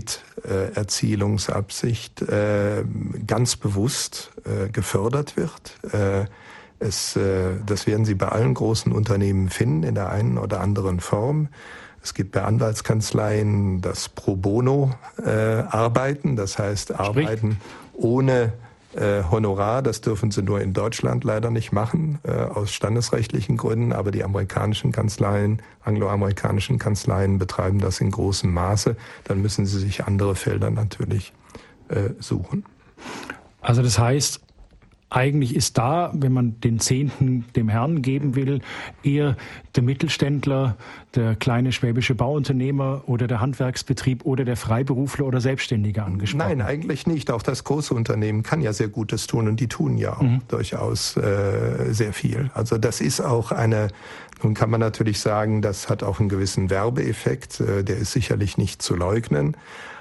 Profiterzielungsabsicht ganz bewusst gefördert wird. Das werden Sie bei allen großen Unternehmen finden, in der einen oder anderen Form. Es gibt bei Anwaltskanzleien das Pro Bono Arbeiten, das heißt Arbeiten ohne Honorar. Das dürfen sie nur in Deutschland leider nicht machen, aus standesrechtlichen Gründen. Aber die amerikanischen Kanzleien, angloamerikanischen Kanzleien betreiben das in großem Maße. Dann müssen sie sich andere Felder natürlich suchen. Also das heißt, eigentlich ist da, wenn man den Zehnten dem Herrn geben will, eher der Mittelständler, der kleine schwäbische Bauunternehmer oder der Handwerksbetrieb oder der Freiberufler oder Selbstständige angesprochen. Nein, eigentlich nicht. Auch das große Unternehmen kann ja sehr Gutes tun und die tun ja auch durchaus sehr viel. Also das ist auch nun kann man natürlich sagen, das hat auch einen gewissen Werbeeffekt, der ist sicherlich nicht zu leugnen.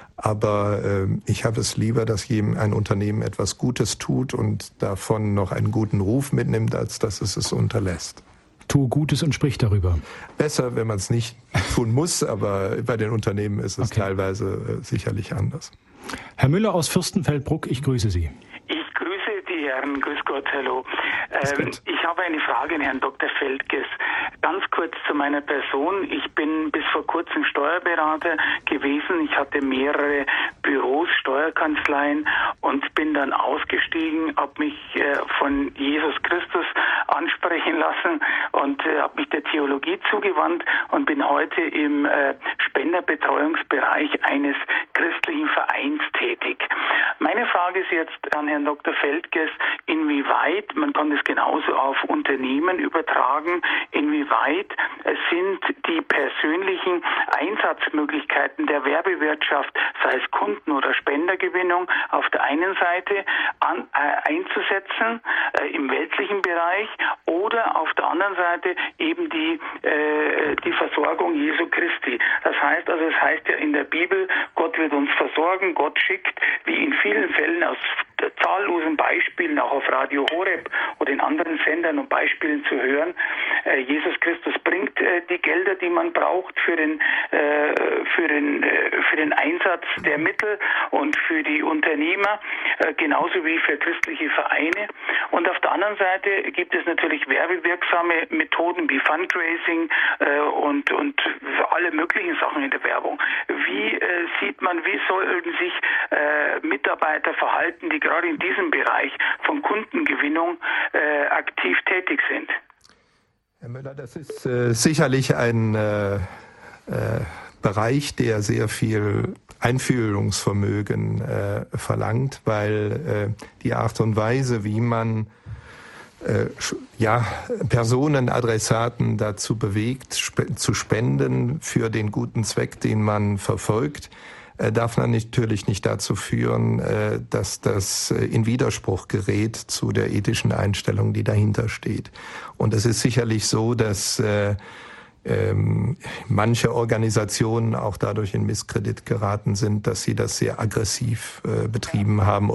Aber ich habe es lieber, dass ein Unternehmen etwas Gutes tut und davon noch einen guten Ruf mitnimmt, als dass es unterlässt. Tue Gutes und sprich darüber. Besser, wenn man es nicht tun muss, aber bei den Unternehmen ist es teilweise sicherlich anders. Herr Müller aus Fürstenfeldbruck, ich grüße Sie. Ich grüße die Herren. Grüß Gott, hallo. Ich habe eine Frage an Herrn Dr. Feldges. Ganz kurz zu meiner Person. Ich bin bis vor kurzem Steuerberater gewesen. Ich hatte mehrere Büros, Steuerkanzleien und bin dann ausgestiegen, habe mich von Jesus Christus ansprechen lassen und habe mich der Theologie zugewandt und bin heute im Spenderbetreuungsbereich eines christlichen Vereins tätig. Meine Frage ist jetzt an Herrn Dr. Feldges, inwieweit, man kann das genauso auf Unternehmen übertragen, inwieweit sind die persönlichen Einsatzmöglichkeiten der Werbewirtschaft, sei es Kunden- oder Spendergewinnung, auf der einen Seite einzusetzen im weltlichen Bereich oder auf der anderen Seite eben die Versorgung Jesu Christi. Das heißt ja in der Bibel, Gott wird uns versorgen, Gott schickt, wie in vielen Fällen aus zahllosen Beispielen, auch auf Radio Horeb oder in anderen Sendern und Beispielen zu hören. Jesus Christus bringt die Gelder, die man braucht für den Einsatz der Mittel und für die Unternehmer, genauso wie für christliche Vereine. Und auf der anderen Seite gibt es natürlich werbewirksame Methoden wie Fundraising und alle möglichen Sachen in der Werbung. Wie sollten sich Mitarbeiter verhalten, die gerade in diesem Bereich von Kundengewinnung aktiv tätig sind? Herr Müller, das ist sicherlich ein Bereich, der sehr viel Einfühlungsvermögen verlangt, weil die Art und Weise, wie man Personen, Adressaten dazu bewegt, zu spenden für den guten Zweck, den man verfolgt, darf man natürlich nicht dazu führen, dass das in Widerspruch gerät zu der ethischen Einstellung, die dahinter steht. Und es ist sicherlich so, dass manche Organisationen auch dadurch in Misskredit geraten sind, dass sie das sehr aggressiv betrieben haben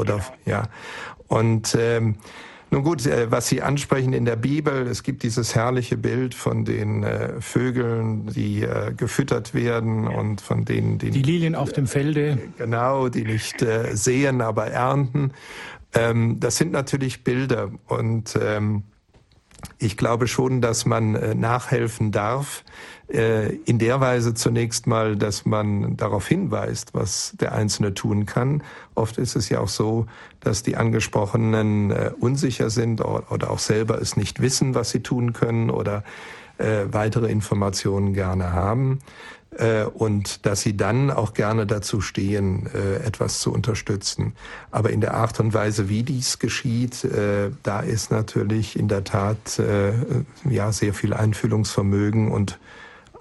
nun gut, was Sie ansprechen in der Bibel, es gibt dieses herrliche Bild von den Vögeln, die gefüttert werden und von denen, die Lilien auf dem Felde. Genau, die nicht säen, aber ernten. Das sind natürlich Bilder und ich glaube schon, dass man nachhelfen darf, in der Weise zunächst mal, dass man darauf hinweist, was der Einzelne tun kann. Oft ist es ja auch so, dass die Angesprochenen unsicher sind oder auch selber es nicht wissen, was sie tun können oder weitere Informationen gerne haben. Und dass sie dann auch gerne dazu stehen, etwas zu unterstützen. Aber in der Art und Weise, wie dies geschieht, da ist natürlich in der Tat sehr viel Einfühlungsvermögen und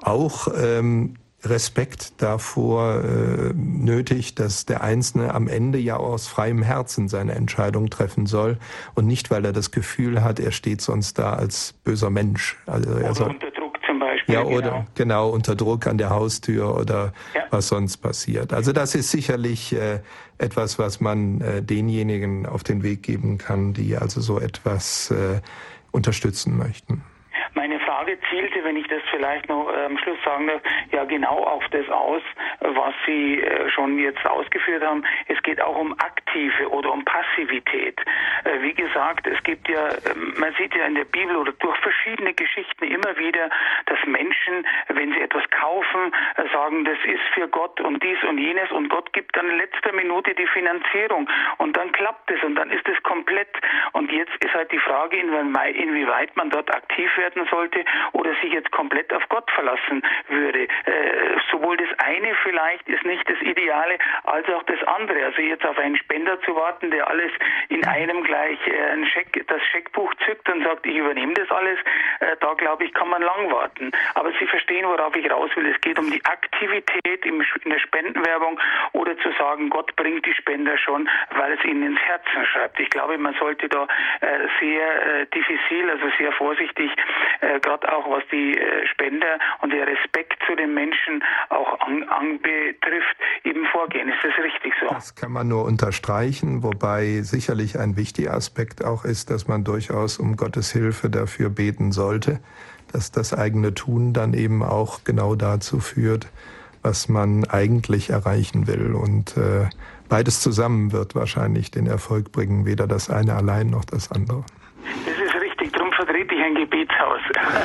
auch Respekt davor nötig, dass der Einzelne am Ende ja aus freiem Herzen seine Entscheidung treffen soll und nicht, weil er das Gefühl hat, er steht sonst da als böser Mensch. Also er soll, unter Druck zum Beispiel. Ja, oder genau unter Druck an der Haustür oder was sonst passiert. Also das ist sicherlich etwas, was man denjenigen auf den Weg geben kann, die also so etwas unterstützen möchten. Meine Frage zielte, wenn ich das vielleicht noch am Schluss sagen darf, ja genau auf das aus, was Sie schon jetzt ausgeführt haben. Es geht auch um aktive oder um Passivität. Wie gesagt, es gibt ja, man sieht ja in der Bibel oder durch verschiedene Geschichten immer wieder, dass Menschen, wenn sie etwas kaufen, sagen, das ist für Gott und dies und jenes und Gott gibt dann in letzter Minute die Finanzierung und dann klappt es und dann ist es komplett. Und jetzt ist halt die Frage, inwieweit man dort aktiv werden sollte oder sich jetzt komplett auf Gott verlassen würde. Sowohl das eine vielleicht ist nicht das Ideale, als auch das andere. Also jetzt auf einen Spender zu warten, der alles in einem gleich das Scheckbuch zückt und sagt, ich übernehme das alles, da glaube ich, kann man lang warten. Aber Sie verstehen, worauf ich raus will. Es geht um die Aktivität in der Spendenwerbung oder zu sagen, Gott bringt die Spender schon, weil es ihnen ins Herzen schreibt. Ich glaube, man sollte da sehr diffizil, also sehr vorsichtig, gerade auch was die Spender und der Respekt zu den Menschen auch anbetrifft, eben vorgehen. Ist das richtig so? Das kann man nur unterstreichen, wobei sicherlich ein wichtiger Aspekt auch ist, dass man durchaus um Gottes Hilfe dafür beten sollte, dass das eigene Tun dann eben auch genau dazu führt, was man eigentlich erreichen will. Und beides zusammen wird wahrscheinlich den Erfolg bringen, weder das eine allein noch das andere. Das ist richtig, darum vertrete ich ein Gebetshaus.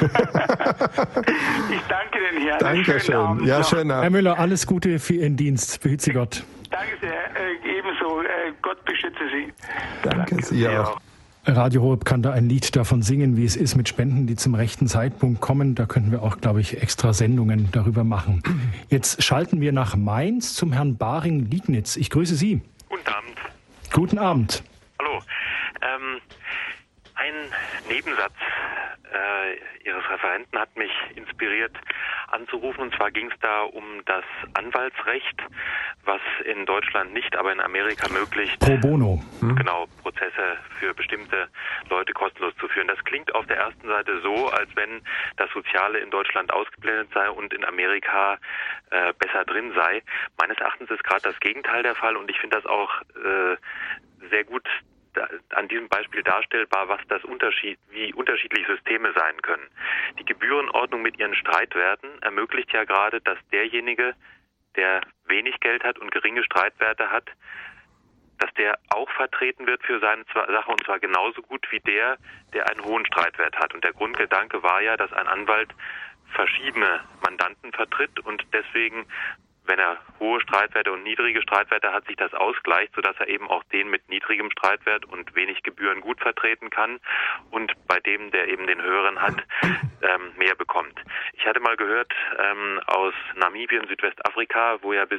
Ich danke den Herrn. Dankeschön. Ja, schönen Abend. Herr Müller, alles Gute für Ihren Dienst. Behüte Sie Gott. Danke sehr. Ebenso. Gott beschütze Sie. Danke, Sie auch. Radio Horeb kann da ein Lied davon singen, wie es ist mit Spenden, die zum rechten Zeitpunkt kommen. Da könnten wir auch, glaube ich, extra Sendungen darüber machen. Jetzt schalten wir nach Mainz zum Herrn Baring-Liegnitz. Ich grüße Sie. Guten Abend. Guten Abend. Hallo. Ein Nebensatz Ihres Referenten hat mich inspiriert anzurufen. Und zwar ging es da um das Anwaltsrecht, was in Deutschland nicht, aber in Amerika möglich Pro bono. Genau, Prozesse für bestimmte Leute kostenlos zu führen. Das klingt auf der ersten Seite so, als wenn das Soziale in Deutschland ausgeblendet sei und in Amerika besser drin sei. Meines Erachtens ist gerade das Gegenteil der Fall und ich finde das auch sehr gut an diesem Beispiel darstellbar, wie unterschiedliche Systeme sein können. Die Gebührenordnung mit ihren Streitwerten ermöglicht ja gerade, dass derjenige, der wenig Geld hat und geringe Streitwerte hat, dass der auch vertreten wird für seine Sache und zwar genauso gut wie der einen hohen Streitwert hat. Und der Grundgedanke war ja, dass ein Anwalt verschiedene Mandanten vertritt und deswegen, wenn er hohe Streitwerte und niedrige Streitwerte hat, sich das ausgleicht, sodass er eben auch den mit niedrigem Streitwert und wenig Gebühren gut vertreten kann und bei dem, der eben den höheren hat, mehr bekommt. Ich hatte mal gehört aus Namibien, Südwestafrika, wo ja bis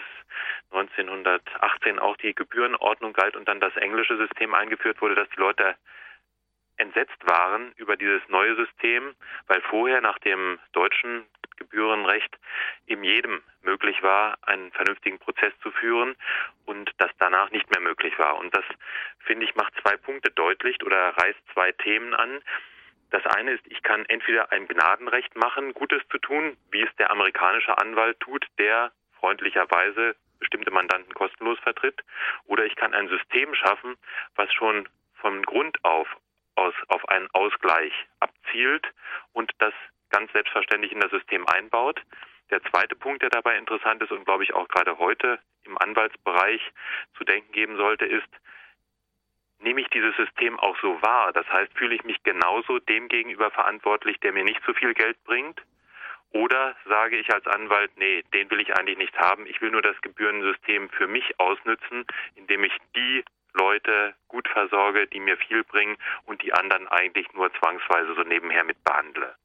1918 auch die Gebührenordnung galt und dann das englische System eingeführt wurde, dass die Leute entsetzt waren über dieses neue System, weil vorher nach dem deutschen Gebührenrecht eben jedem möglich war, einen vernünftigen Prozess zu führen und das danach nicht mehr möglich war. Und das, finde ich, macht zwei Punkte deutlich oder reißt zwei Themen an. Das eine ist, ich kann entweder ein Gnadenrecht machen, Gutes zu tun, wie es der amerikanische Anwalt tut, der freundlicherweise bestimmte Mandanten kostenlos vertritt, oder ich kann ein System schaffen, was schon von Grund auf einen Ausgleich abzielt und das ganz selbstverständlich in das System einbaut. Der zweite Punkt, der dabei interessant ist und, glaube ich, auch gerade heute im Anwaltsbereich zu denken geben sollte, ist, nehme ich dieses System auch so wahr? Das heißt, fühle ich mich genauso dem gegenüber verantwortlich, der mir nicht so viel Geld bringt? Oder sage ich als Anwalt, nee, den will ich eigentlich nicht haben. Ich will nur das Gebührensystem für mich ausnützen, indem ich die Leute gut versorge, die mir viel bringen und die anderen eigentlich nur zwangsweise so nebenher mit behandle.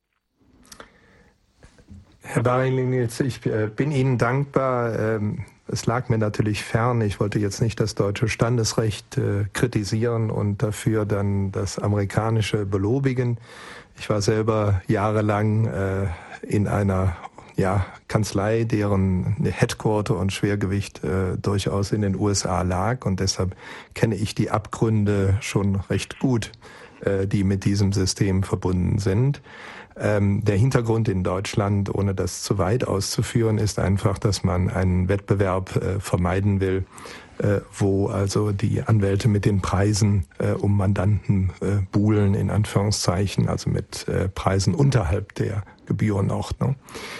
Herr Baring-Liegnitz, ich bin Ihnen dankbar. Es lag mir natürlich fern. Ich wollte jetzt nicht das deutsche Standesrecht kritisieren und dafür dann das amerikanische belobigen. Ich war selber jahrelang in einer Kanzlei, deren Headquarter und Schwergewicht durchaus in den USA lag. Und deshalb kenne ich die Abgründe schon recht gut, die mit diesem System verbunden sind. Der Hintergrund in Deutschland, ohne das zu weit auszuführen, ist einfach, dass man einen Wettbewerb vermeiden will, wo also die Anwälte mit den Preisen um Mandanten buhlen, in Anführungszeichen, also mit Preisen unterhalb der Gebührenordnung.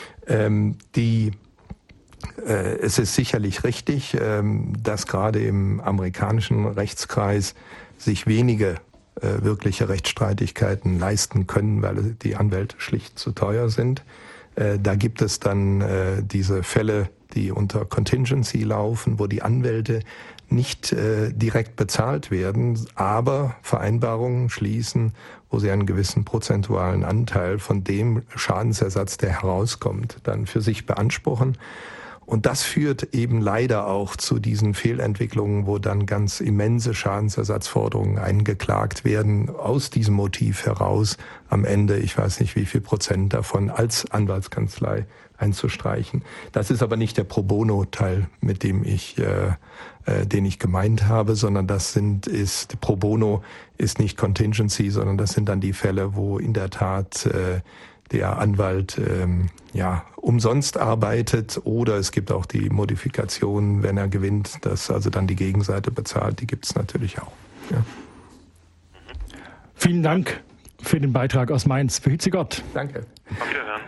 Es ist sicherlich richtig, dass gerade im amerikanischen Rechtskreis sich wenige wirkliche Rechtsstreitigkeiten leisten können, weil die Anwälte schlicht zu teuer sind. Da gibt es dann diese Fälle, die unter Contingency laufen, wo die Anwälte nicht direkt bezahlt werden, aber Vereinbarungen schließen, wo sie einen gewissen prozentualen Anteil von dem Schadensersatz, der herauskommt, dann für sich beanspruchen. Und das führt eben leider auch zu diesen Fehlentwicklungen, wo dann ganz immense Schadensersatzforderungen eingeklagt werden, aus diesem Motiv heraus am Ende, ich weiß nicht wie viel Prozent davon, als Anwaltskanzlei einzustreichen. Das ist aber nicht der Pro Bono-Teil, mit dem den ich gemeint habe, sondern Pro Bono ist nicht Contingency, sondern das sind dann die Fälle, wo in der Tat der Anwalt umsonst arbeitet, oder es gibt auch die Modifikation, wenn er gewinnt, dass also dann die Gegenseite bezahlt, die gibt es natürlich auch. Ja. Vielen Dank für den Beitrag aus Mainz. Behüte Gott. Danke. Auf Wiederhören.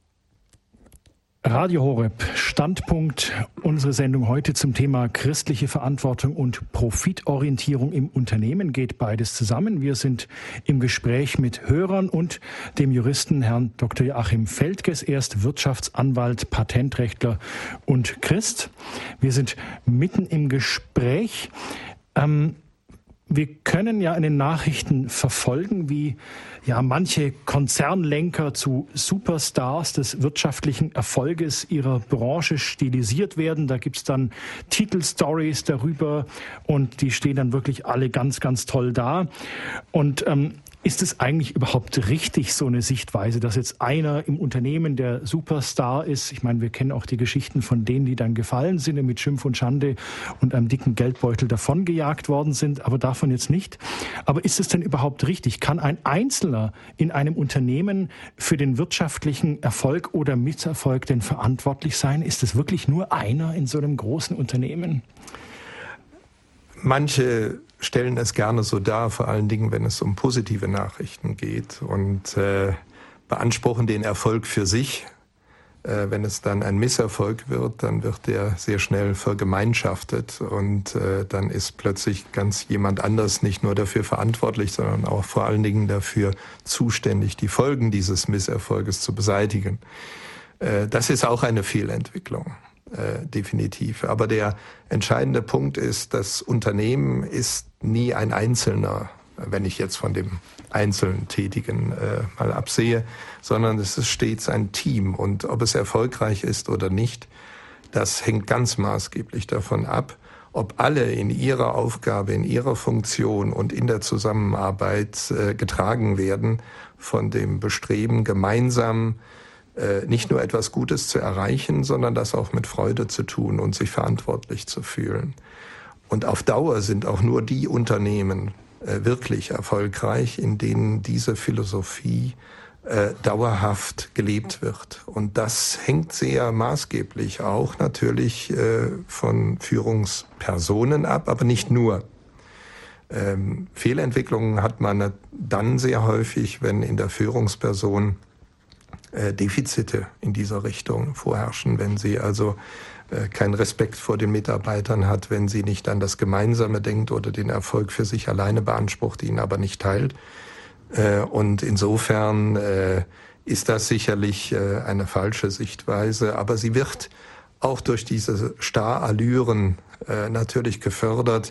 Radio Horeb, Standpunkt, unsere Sendung heute zum Thema christliche Verantwortung und Profitorientierung im Unternehmen. Geht beides zusammen. Wir sind im Gespräch mit Hörern und dem Juristen Herrn Dr. Joachim Feldges. Er ist Wirtschaftsanwalt, Patentrechtler und Christ. Wir sind mitten im Gespräch. Wir können ja in den Nachrichten verfolgen, wie manche Konzernlenker zu Superstars des wirtschaftlichen Erfolges ihrer Branche stilisiert werden. Da gibt's dann Titelstories darüber und die stehen dann wirklich alle ganz, ganz toll da. Und ist es eigentlich überhaupt richtig, so eine Sichtweise, dass jetzt einer im Unternehmen der Superstar ist? Ich meine, wir kennen auch die Geschichten von denen, die dann gefallen sind und mit Schimpf und Schande und einem dicken Geldbeutel davongejagt worden sind, aber davon jetzt nicht. Aber ist es denn überhaupt richtig? Kann ein Einzelner in einem Unternehmen für den wirtschaftlichen Erfolg oder Misserfolg denn verantwortlich sein? Ist es wirklich nur einer in so einem großen Unternehmen? Manche stellen es gerne so dar, vor allen Dingen, wenn es um positive Nachrichten geht und beanspruchen den Erfolg für sich. Wenn es dann ein Misserfolg wird, dann wird der sehr schnell vergemeinschaftet und dann ist plötzlich ganz jemand anders nicht nur dafür verantwortlich, sondern auch vor allen Dingen dafür zuständig, die Folgen dieses Misserfolges zu beseitigen. Das ist auch eine Fehlentwicklung. Definitiv. Aber der entscheidende Punkt ist, das Unternehmen ist nie ein Einzelner, wenn ich jetzt von dem einzelnen Tätigen mal absehe, sondern es ist stets ein Team. Und ob es erfolgreich ist oder nicht, das hängt ganz maßgeblich davon ab, ob alle in ihrer Aufgabe, in ihrer Funktion und in der Zusammenarbeit getragen werden von dem Bestreben, gemeinsam nicht nur etwas Gutes zu erreichen, sondern das auch mit Freude zu tun und sich verantwortlich zu fühlen. Und auf Dauer sind auch nur die Unternehmen wirklich erfolgreich, in denen diese Philosophie dauerhaft gelebt wird. Und das hängt sehr maßgeblich auch natürlich von Führungspersonen ab, aber nicht nur. Fehlentwicklungen hat man dann sehr häufig, wenn in der Führungsperson Defizite in dieser Richtung vorherrschen, wenn sie also keinen Respekt vor den Mitarbeitern hat, wenn sie nicht an das Gemeinsame denkt oder den Erfolg für sich alleine beansprucht, ihn aber nicht teilt. Und insofern ist das sicherlich eine falsche Sichtweise, aber sie wird auch durch diese Starallüren natürlich gefördert.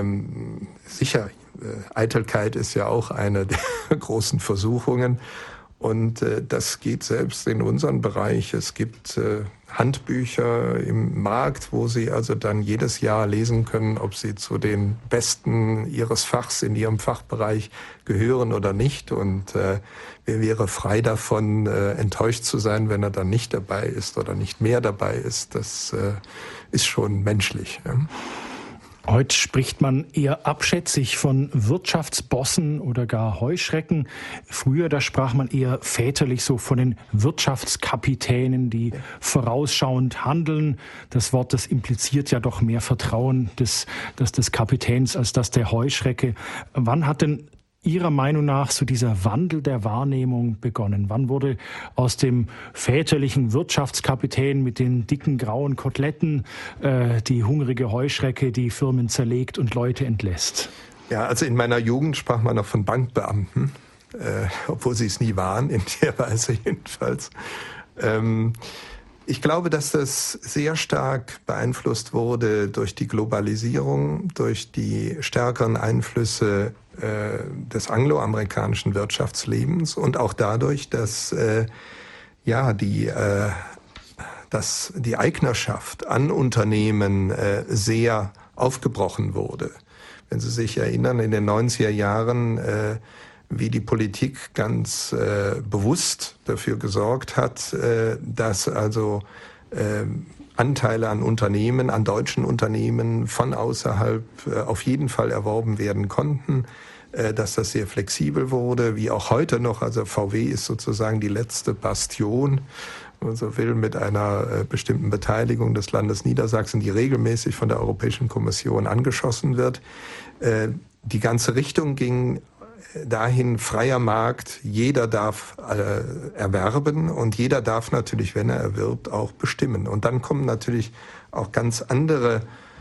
Sicher, Eitelkeit ist ja auch eine der großen Versuchungen. Und das geht selbst in unseren Bereich. Es gibt Handbücher im Markt, wo Sie also dann jedes Jahr lesen können, ob Sie zu den Besten Ihres Fachs in Ihrem Fachbereich gehören oder nicht. Und wer wäre frei davon, enttäuscht zu sein, wenn er dann nicht dabei ist oder nicht mehr dabei ist. Das ist schon menschlich. Ja. Heute spricht man eher abschätzig von Wirtschaftsbossen oder gar Heuschrecken. Früher, da sprach man eher väterlich so von den Wirtschaftskapitänen, die vorausschauend handeln. Das Wort, das impliziert ja doch mehr Vertrauen des Kapitäns als das der Heuschrecke. Wann hat denn Ihrer Meinung nach so dieser Wandel der Wahrnehmung begonnen? Wann wurde aus dem väterlichen Wirtschaftskapitän mit den dicken grauen Koteletten die hungrige Heuschrecke, die Firmen zerlegt und Leute entlässt? Ja, also in meiner Jugend sprach man noch von Bankbeamten, obwohl sie es nie waren, in der Weise jedenfalls. Ich glaube, dass das sehr stark beeinflusst wurde durch die Globalisierung, durch die stärkeren Einflüsse des angloamerikanischen Wirtschaftslebens und auch dadurch, dass die Eignerschaft an Unternehmen sehr aufgebrochen wurde. Wenn Sie sich erinnern, in den 90er Jahren, wie die Politik ganz bewusst dafür gesorgt hat, dass also Anteile an Unternehmen, an deutschen Unternehmen von außerhalb auf jeden Fall erworben werden konnten, dass das sehr flexibel wurde, wie auch heute noch. Also VW ist sozusagen die letzte Bastion, wenn man so will, mit einer bestimmten Beteiligung des Landes Niedersachsen, die regelmäßig von der Europäischen Kommission angeschossen wird. Die ganze Richtung ging dahin, freier Markt, jeder darf erwerben und jeder darf natürlich, wenn er erwirbt, auch bestimmen. Und dann kommen natürlich auch ganz andere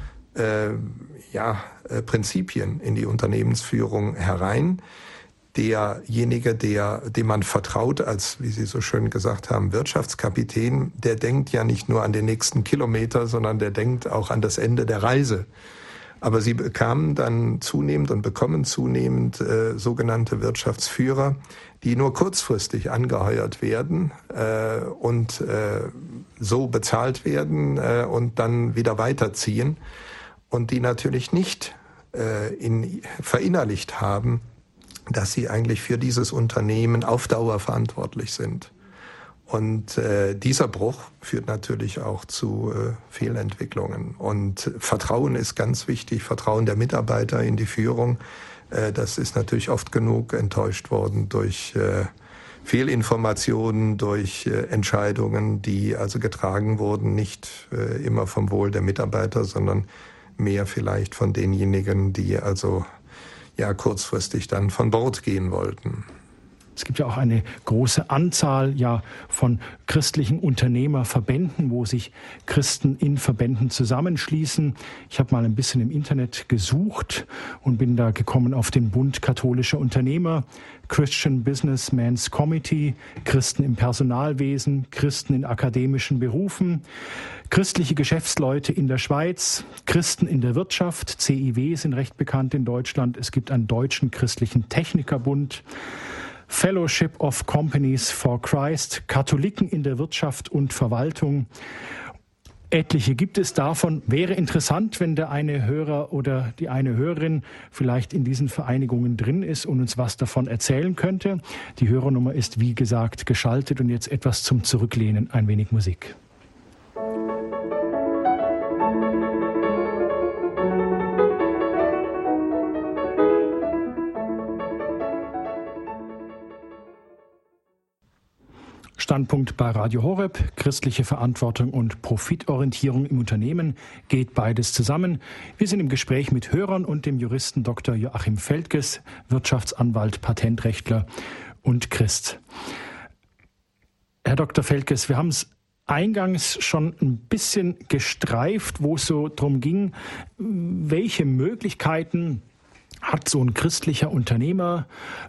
Prinzipien in die Unternehmensführung herein. Derjenige, dem man vertraut als, wie Sie so schön gesagt haben, Wirtschaftskapitän, der denkt ja nicht nur an den nächsten Kilometer, sondern der denkt auch an das Ende der Reise. Aber sie bekamen dann zunehmend und bekommen zunehmend sogenannte Wirtschaftsführer, die nur kurzfristig angeheuert werden und so bezahlt werden und dann wieder weiterziehen und die natürlich nicht verinnerlicht haben, dass sie eigentlich für dieses Unternehmen auf Dauer verantwortlich sind. Und dieser Bruch führt natürlich auch zu Fehlentwicklungen. Und Vertrauen ist ganz wichtig, Vertrauen der Mitarbeiter in die Führung. Das ist natürlich oft genug enttäuscht worden durch Fehlinformationen, durch Entscheidungen, die also getragen wurden, nicht immer vom Wohl der Mitarbeiter, sondern mehr vielleicht von denjenigen, die also kurzfristig dann von Bord gehen wollten. Es gibt ja auch eine große Anzahl von christlichen Unternehmerverbänden, wo sich Christen in Verbänden zusammenschließen. Ich habe mal ein bisschen im Internet gesucht und bin da gekommen auf den Bund katholischer Unternehmer, Christian Businessmen's Committee, Christen im Personalwesen, Christen in akademischen Berufen, christliche Geschäftsleute in der Schweiz, Christen in der Wirtschaft, CIW sind recht bekannt in Deutschland. Es gibt einen deutschen christlichen Technikerbund, Fellowship of Companies for Christ, Katholiken in der Wirtschaft und Verwaltung. Etliche gibt es davon. Wäre interessant, wenn der eine Hörer oder die eine Hörerin vielleicht in diesen Vereinigungen drin ist und uns was davon erzählen könnte. Die Hörernummer ist, wie gesagt, geschaltet und jetzt etwas zum Zurücklehnen, ein wenig Musik. Standpunkt bei Radio Horeb, christliche Verantwortung und Profitorientierung im Unternehmen, geht beides zusammen. Wir sind im Gespräch mit Hörern und dem Juristen Dr. Joachim Feldges, Wirtschaftsanwalt, Patentrechtler und Christ. Herr Dr. Feldges, wir haben es eingangs schon ein bisschen gestreift, wo es so darum ging, welche Möglichkeiten hat so ein christlicher Unternehmer,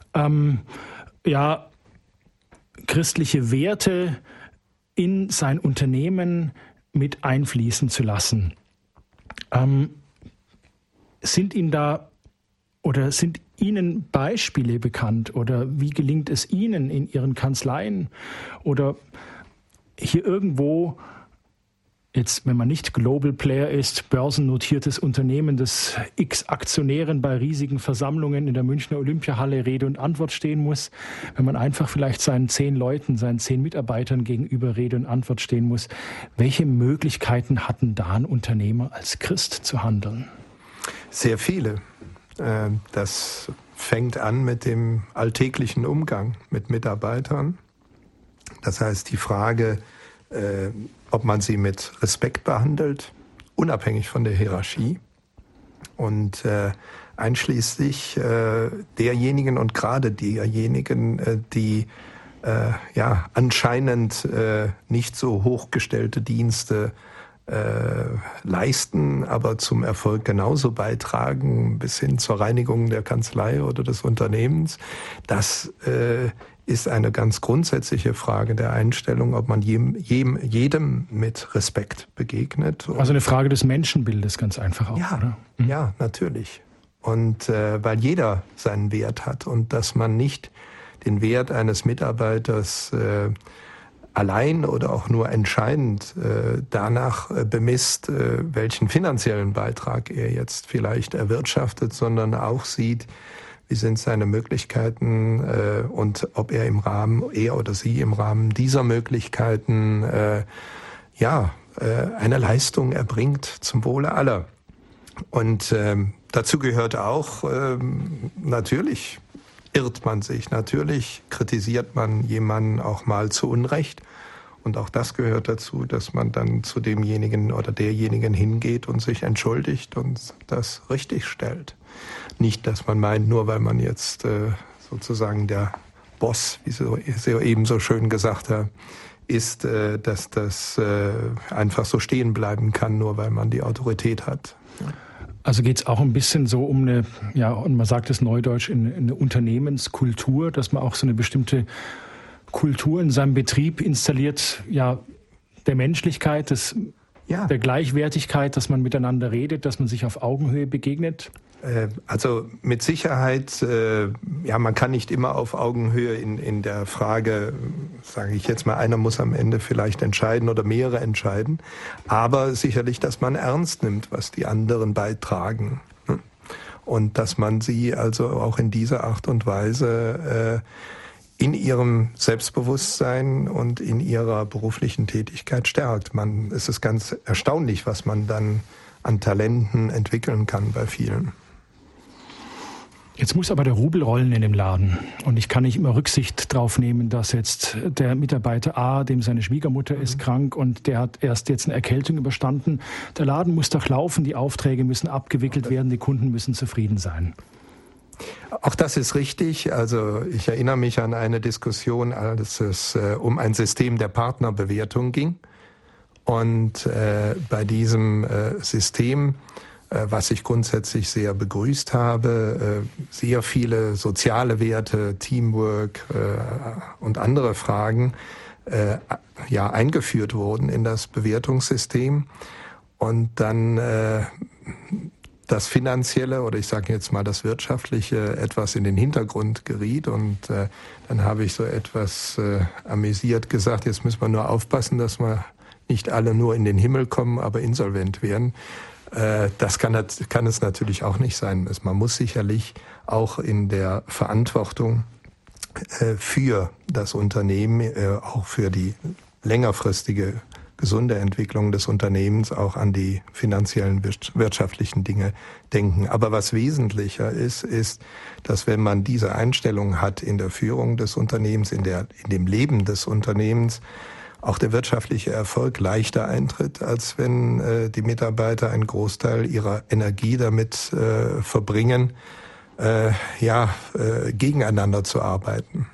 christliche Werte in sein Unternehmen mit einfließen zu lassen. Sind Ihnen da Oder sind Ihnen Beispiele bekannt? Oder wie gelingt es Ihnen in Ihren Kanzleien? Oder hier irgendwo, jetzt, wenn man nicht Global Player ist, börsennotiertes Unternehmen, das x Aktionären bei riesigen Versammlungen in der Münchner Olympiahalle Rede und Antwort stehen muss, wenn man einfach vielleicht seinen 10 Leuten, seinen 10 Mitarbeitern gegenüber Rede und Antwort stehen muss. Welche Möglichkeiten hatten da ein Unternehmer als Christ zu handeln? Sehr viele. Das fängt an mit dem alltäglichen Umgang mit Mitarbeitern. Das heißt, die Frage, ob man sie mit Respekt behandelt, unabhängig von der Hierarchie und einschließlich derjenigen und gerade derjenigen, die anscheinend nicht so hochgestellte Dienste leisten, aber zum Erfolg genauso beitragen, bis hin zur Reinigung der Kanzlei oder des Unternehmens. Das ist eine ganz grundsätzliche Frage der Einstellung, ob man jedem mit Respekt begegnet. Also eine Frage des Menschenbildes, ganz einfach auch, ja, oder? Ja, natürlich. Und weil jeder seinen Wert hat und dass man nicht den Wert eines Mitarbeiters allein oder auch nur entscheidend danach bemisst, welchen finanziellen Beitrag er jetzt vielleicht erwirtschaftet, sondern auch sieht, wie sind seine Möglichkeiten und ob er oder sie im Rahmen dieser Möglichkeiten eine Leistung erbringt zum Wohle aller. Und dazu gehört auch, natürlich irrt man sich, natürlich kritisiert man jemanden auch mal zu Unrecht. Und auch das gehört dazu, dass man dann zu demjenigen oder derjenigen hingeht und sich entschuldigt und das richtig stellt. Nicht, dass man meint, nur weil man jetzt sozusagen der Boss, wie Sie eben so schön gesagt haben, ist, dass das einfach so stehen bleiben kann, nur weil man die Autorität hat. Ja. Also geht es auch ein bisschen so um eine, und man sagt es neudeutsch, eine Unternehmenskultur, dass man auch so eine bestimmte Kultur in seinem Betrieb installiert, der Menschlichkeit, der Gleichwertigkeit, dass man miteinander redet, dass man sich auf Augenhöhe begegnet? Also mit Sicherheit, man kann nicht immer auf Augenhöhe in der Frage, sage ich jetzt mal, einer muss am Ende vielleicht entscheiden oder mehrere entscheiden, aber sicherlich, dass man ernst nimmt, was die anderen beitragen. Und dass man sie also auch in dieser Art und Weise in ihrem Selbstbewusstsein und in ihrer beruflichen Tätigkeit stärkt. Es ist ganz erstaunlich, was man dann an Talenten entwickeln kann bei vielen. Jetzt muss aber der Rubel rollen in dem Laden. Und ich kann nicht immer Rücksicht drauf nehmen, dass jetzt der Mitarbeiter A, dem seine Schwiegermutter ist krank und der hat erst jetzt eine Erkältung überstanden. Der Laden muss doch laufen, die Aufträge müssen abgewickelt werden, die Kunden müssen zufrieden sein. Auch das ist richtig. Also ich erinnere mich an eine Diskussion, als es um ein System der Partnerbewertung ging. Und bei diesem System, was ich grundsätzlich sehr begrüßt habe, sehr viele soziale Werte, Teamwork und andere Fragen eingeführt wurden in das Bewertungssystem. Und dann das Finanzielle oder ich sage jetzt mal das Wirtschaftliche etwas in den Hintergrund geriet. Und dann habe ich so etwas amüsiert gesagt, jetzt müssen wir nur aufpassen, dass wir nicht alle nur in den Himmel kommen, aber insolvent werden. Das kann es natürlich auch nicht sein. Man muss sicherlich auch in der Verantwortung für das Unternehmen, auch für die längerfristige gesunde Entwicklung des Unternehmens auch an die finanziellen, wirtschaftlichen Dinge denken. Aber was wesentlicher ist, dass wenn man diese Einstellung hat in der Führung des Unternehmens, in dem Leben des Unternehmens, auch der wirtschaftliche Erfolg leichter eintritt, als wenn die Mitarbeiter einen Großteil ihrer Energie damit verbringen, gegeneinander zu arbeiten.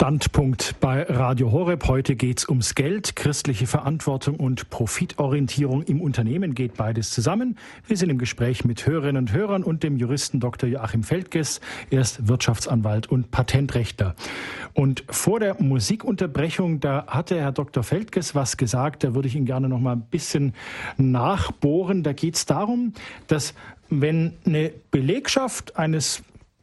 Standpunkt bei Radio Horeb. Heute geht's ums Geld, christliche Verantwortung und Profitorientierung im Unternehmen. Geht beides zusammen. Wir sind im Gespräch mit Hörerinnen und Hörern und dem Juristen Dr. Joachim Feldges. Er ist Wirtschaftsanwalt und Patentrechtler. Und vor der Musikunterbrechung, da hatte Herr Dr. Feldges was gesagt. Da würde ich ihn gerne noch mal ein bisschen nachbohren. Da geht's darum, dass wenn eine Belegschaft eines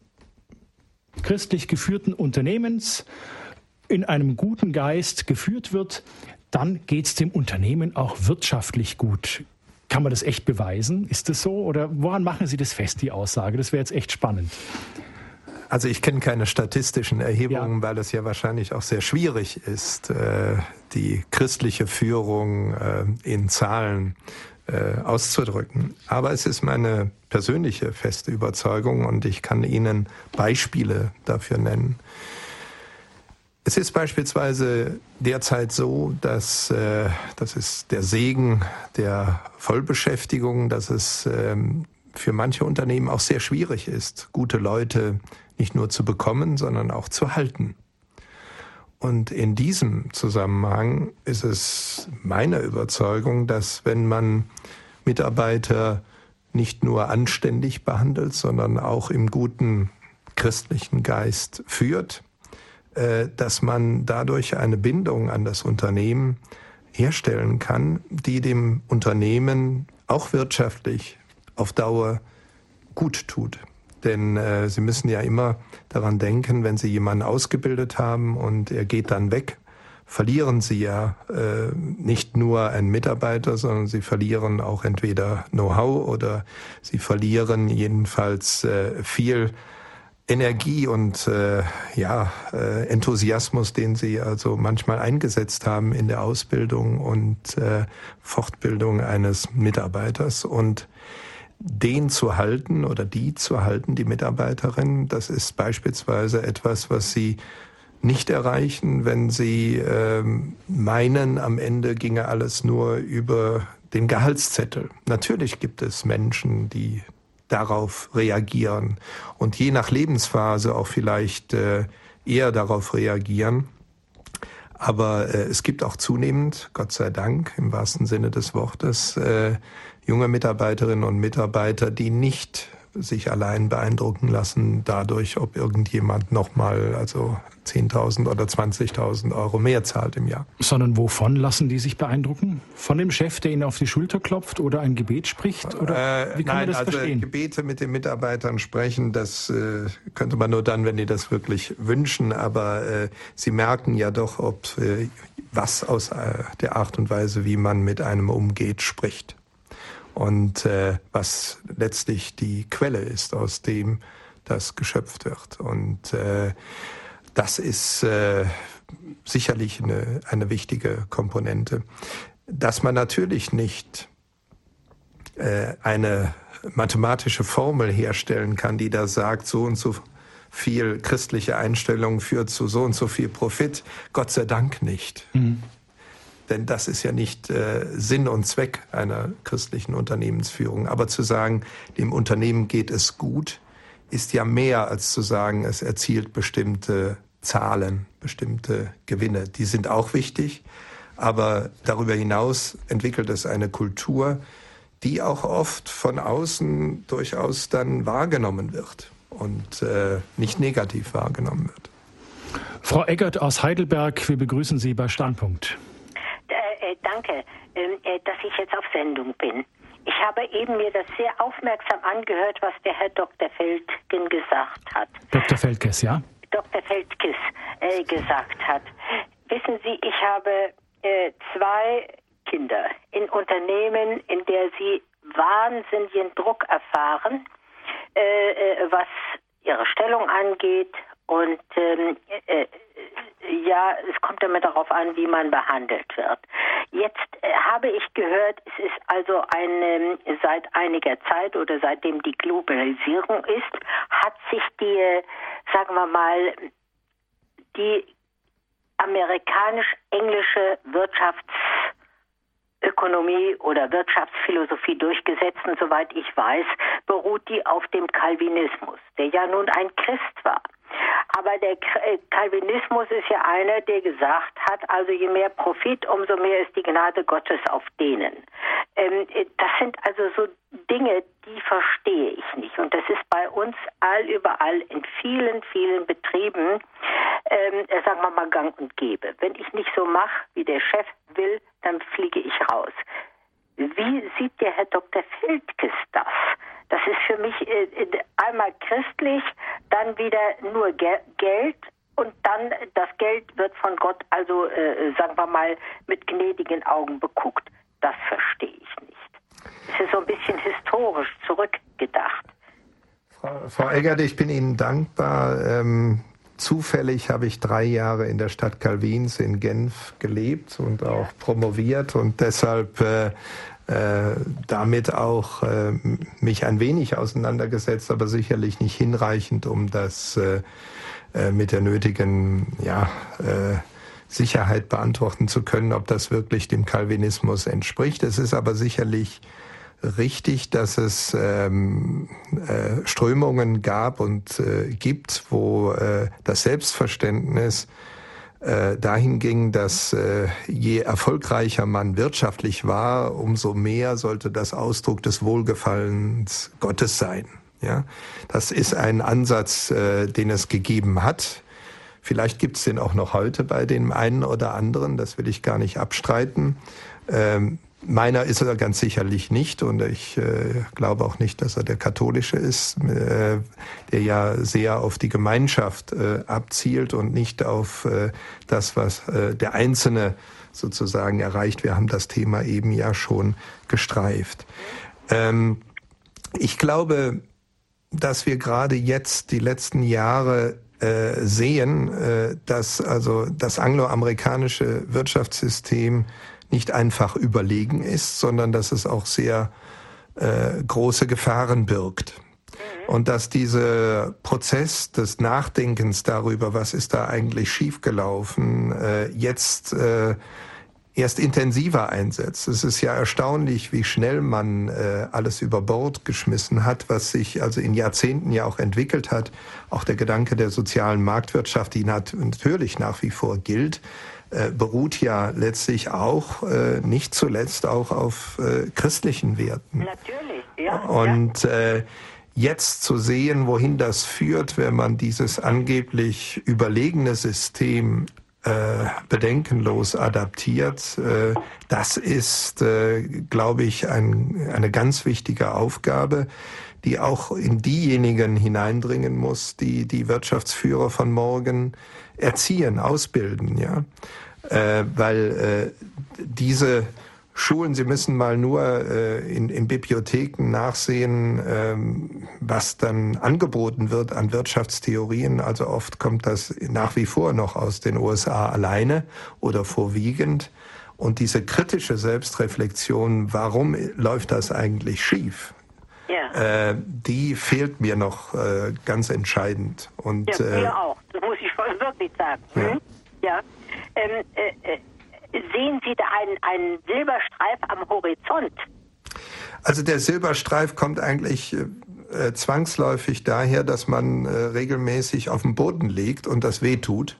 christlich geführten Unternehmens in einem guten Geist geführt wird, dann geht es dem Unternehmen auch wirtschaftlich gut. Kann man das echt beweisen? Ist das so? Oder woran machen Sie das fest, die Aussage? Das wäre jetzt echt spannend. Also ich kenne keine statistischen Erhebungen, weil es ja wahrscheinlich auch sehr schwierig ist, die christliche Führung in Zahlen auszudrücken. Aber es ist meine persönliche feste Überzeugung und ich kann Ihnen Beispiele dafür nennen. Es ist beispielsweise derzeit so, dass das ist der Segen der Vollbeschäftigung, dass es für manche Unternehmen auch sehr schwierig ist, gute Leute nicht nur zu bekommen, sondern auch zu halten. Und in diesem Zusammenhang ist es meine Überzeugung, dass wenn man Mitarbeiter nicht nur anständig behandelt, sondern auch im guten christlichen Geist führt, dass man dadurch eine Bindung an das Unternehmen herstellen kann, die dem Unternehmen auch wirtschaftlich auf Dauer gut tut. Denn Sie müssen ja immer daran denken, wenn Sie jemanden ausgebildet haben und er geht dann weg, verlieren Sie ja nicht nur einen Mitarbeiter, sondern Sie verlieren auch entweder Know-how oder Sie verlieren jedenfalls viel Energie und Enthusiasmus, den Sie also manchmal eingesetzt haben in der Ausbildung und Fortbildung eines Mitarbeiters. Und den zu halten oder die zu halten, die Mitarbeiterin, das ist beispielsweise etwas, was Sie nicht erreichen, wenn Sie meinen, am Ende ginge alles nur über den Gehaltszettel. Natürlich gibt es Menschen, die darauf reagieren und je nach Lebensphase auch vielleicht eher darauf reagieren. Aber es gibt auch zunehmend, Gott sei Dank, im wahrsten Sinne des Wortes, junge Mitarbeiterinnen und Mitarbeiter, die nicht sich allein beeindrucken lassen dadurch, ob irgendjemand nochmal 10.000 oder 20.000 Euro mehr zahlt im Jahr. Sondern wovon lassen die sich beeindrucken? Von dem Chef, der ihnen auf die Schulter klopft oder ein Gebet spricht? Oder wie kann man das verstehen? Gebete mit den Mitarbeitern sprechen, das könnte man nur dann, wenn die das wirklich wünschen. Aber sie merken ja doch, ob was aus der Art und Weise, wie man mit einem umgeht, spricht. Und was letztlich die Quelle ist, aus dem das geschöpft wird. Und das ist sicherlich eine wichtige Komponente. Dass man natürlich nicht eine mathematische Formel herstellen kann, die da sagt, so und so viel christliche Einstellung führt zu so und so viel Profit. Gott sei Dank nicht. Mhm. Denn das ist ja nicht Sinn und Zweck einer christlichen Unternehmensführung. Aber zu sagen, dem Unternehmen geht es gut, ist ja mehr als zu sagen, es erzielt bestimmte Zahlen, bestimmte Gewinne. Die sind auch wichtig, aber darüber hinaus entwickelt es eine Kultur, die auch oft von außen durchaus dann wahrgenommen wird und nicht negativ wahrgenommen wird. Frau Eggert aus Heidelberg, wir begrüßen Sie bei Standpunkt. Danke, dass ich jetzt auf Sendung bin. Ich habe eben mir das sehr aufmerksam angehört, was der Herr Dr. Feldgen gesagt hat. Dr. Feldges, ja? Dr. Feldges gesagt hat. Wissen Sie, ich habe 2 Kinder in Unternehmen, in der sie wahnsinnigen Druck erfahren, was ihre Stellung angeht. Und es kommt immer darauf an, wie man behandelt wird. Jetzt habe ich gehört, es ist also seit einiger Zeit oder seitdem die Globalisierung ist, hat sich die amerikanisch-englische Wirtschaftsökonomie oder Wirtschaftsphilosophie durchgesetzt. Und soweit ich weiß, beruht die auf dem Calvinismus, der ja nun ein Christ war. Aber der Calvinismus ist ja einer, der gesagt hat, also je mehr Profit, umso mehr ist die Gnade Gottes auf denen. Das sind also so Dinge, die verstehe ich nicht. Und das ist bei uns überall in vielen, vielen Betrieben, sagen wir mal, gang und gäbe. Wenn ich nicht so mache, wie der Chef will, dann fliege ich raus. Wie sieht der Herr Dr. Feldges das? Das ist für mich einmal christlich, dann wieder nur Geld und dann das Geld wird von Gott, also sagen wir mal, mit gnädigen Augen beguckt. Das verstehe ich nicht. Es ist so ein bisschen historisch zurückgedacht. Frau Eggert, ich bin Ihnen dankbar. Zufällig habe ich 3 Jahre in der Stadt Calvins in Genf gelebt und auch promoviert und deshalb damit auch mich ein wenig auseinandergesetzt, aber sicherlich nicht hinreichend, um das mit der nötigen Sicherheit beantworten zu können, ob das wirklich dem Calvinismus entspricht. Es ist aber sicherlich richtig, dass es Strömungen gab und gibt, wo das Selbstverständnis dahin ging, dass je erfolgreicher man wirtschaftlich war, umso mehr sollte das Ausdruck des Wohlgefallens Gottes sein. Ja, das ist ein Ansatz, den es gegeben hat. Vielleicht gibt es den auch noch heute bei dem einen oder anderen, das will ich gar nicht abstreiten. Meiner ist er ganz sicherlich nicht und ich glaube auch nicht, dass er der katholische ist, der ja sehr auf die Gemeinschaft abzielt und nicht auf das, was der Einzelne sozusagen erreicht. Wir haben das Thema eben ja schon gestreift. Ich glaube, dass wir gerade jetzt die letzten Jahre sehen, dass also das angloamerikanische Wirtschaftssystem nicht einfach überlegen ist, sondern dass es auch sehr große Gefahren birgt. Und dass dieser Prozess des Nachdenkens darüber, was ist da eigentlich schiefgelaufen, jetzt erst intensiver einsetzt. Es ist ja erstaunlich, wie schnell man alles über Bord geschmissen hat, was sich also in Jahrzehnten ja auch entwickelt hat. Auch der Gedanke der sozialen Marktwirtschaft, die natürlich nach wie vor gilt, beruht ja letztlich auch, nicht zuletzt auch auf christlichen Werten. Natürlich, ja. Und jetzt zu sehen, wohin das führt, wenn man dieses angeblich überlegene System bedenkenlos adaptiert, das ist, glaube ich, eine ganz wichtige Aufgabe, die auch in diejenigen hineindringen muss, die die Wirtschaftsführer von morgen erziehen, ausbilden, ja, weil diese Schulen, Sie müssen mal nur in Bibliotheken nachsehen, was dann angeboten wird an Wirtschaftstheorien. Also oft kommt das nach wie vor noch aus den USA alleine oder vorwiegend. Und diese kritische Selbstreflexion, warum läuft das eigentlich schief? Ja. Die fehlt mir noch ganz entscheidend. Und, ja, mir auch. Das muss ich wirklich sagen. Ja. Sehen Sie da einen Silberstreif am Horizont? Also der Silberstreif kommt eigentlich zwangsläufig daher, dass man regelmäßig auf dem Boden liegt und das wehtut.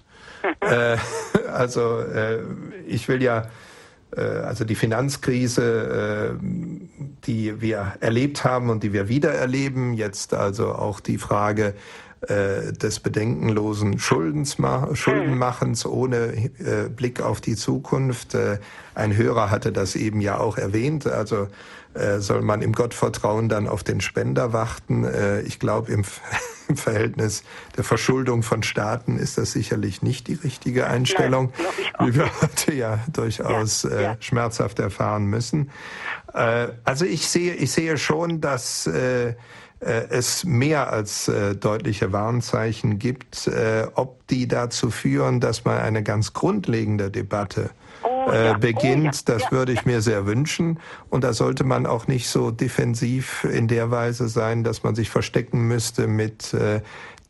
Ich will ja, also die Finanzkrise, die wir erlebt haben und die wir wieder erleben, jetzt also auch die Frage des bedenkenlosen Schuldenmachens ohne Blick auf die Zukunft. Ein Hörer hatte das eben ja auch erwähnt. Also soll man im Gottvertrauen dann auf den Spender warten? Ich glaube, im Verhältnis der Verschuldung von Staaten ist das sicherlich nicht die richtige Einstellung, wie wir heute ja durchaus schmerzhaft erfahren müssen. Also ich sehe schon, dass es mehr als deutliche Warnzeichen gibt, ob die dazu führen, dass man eine ganz grundlegende Debatte beginnt. Das würde ich mir sehr wünschen. Und da sollte man auch nicht so defensiv in der Weise sein, dass man sich verstecken müsste mit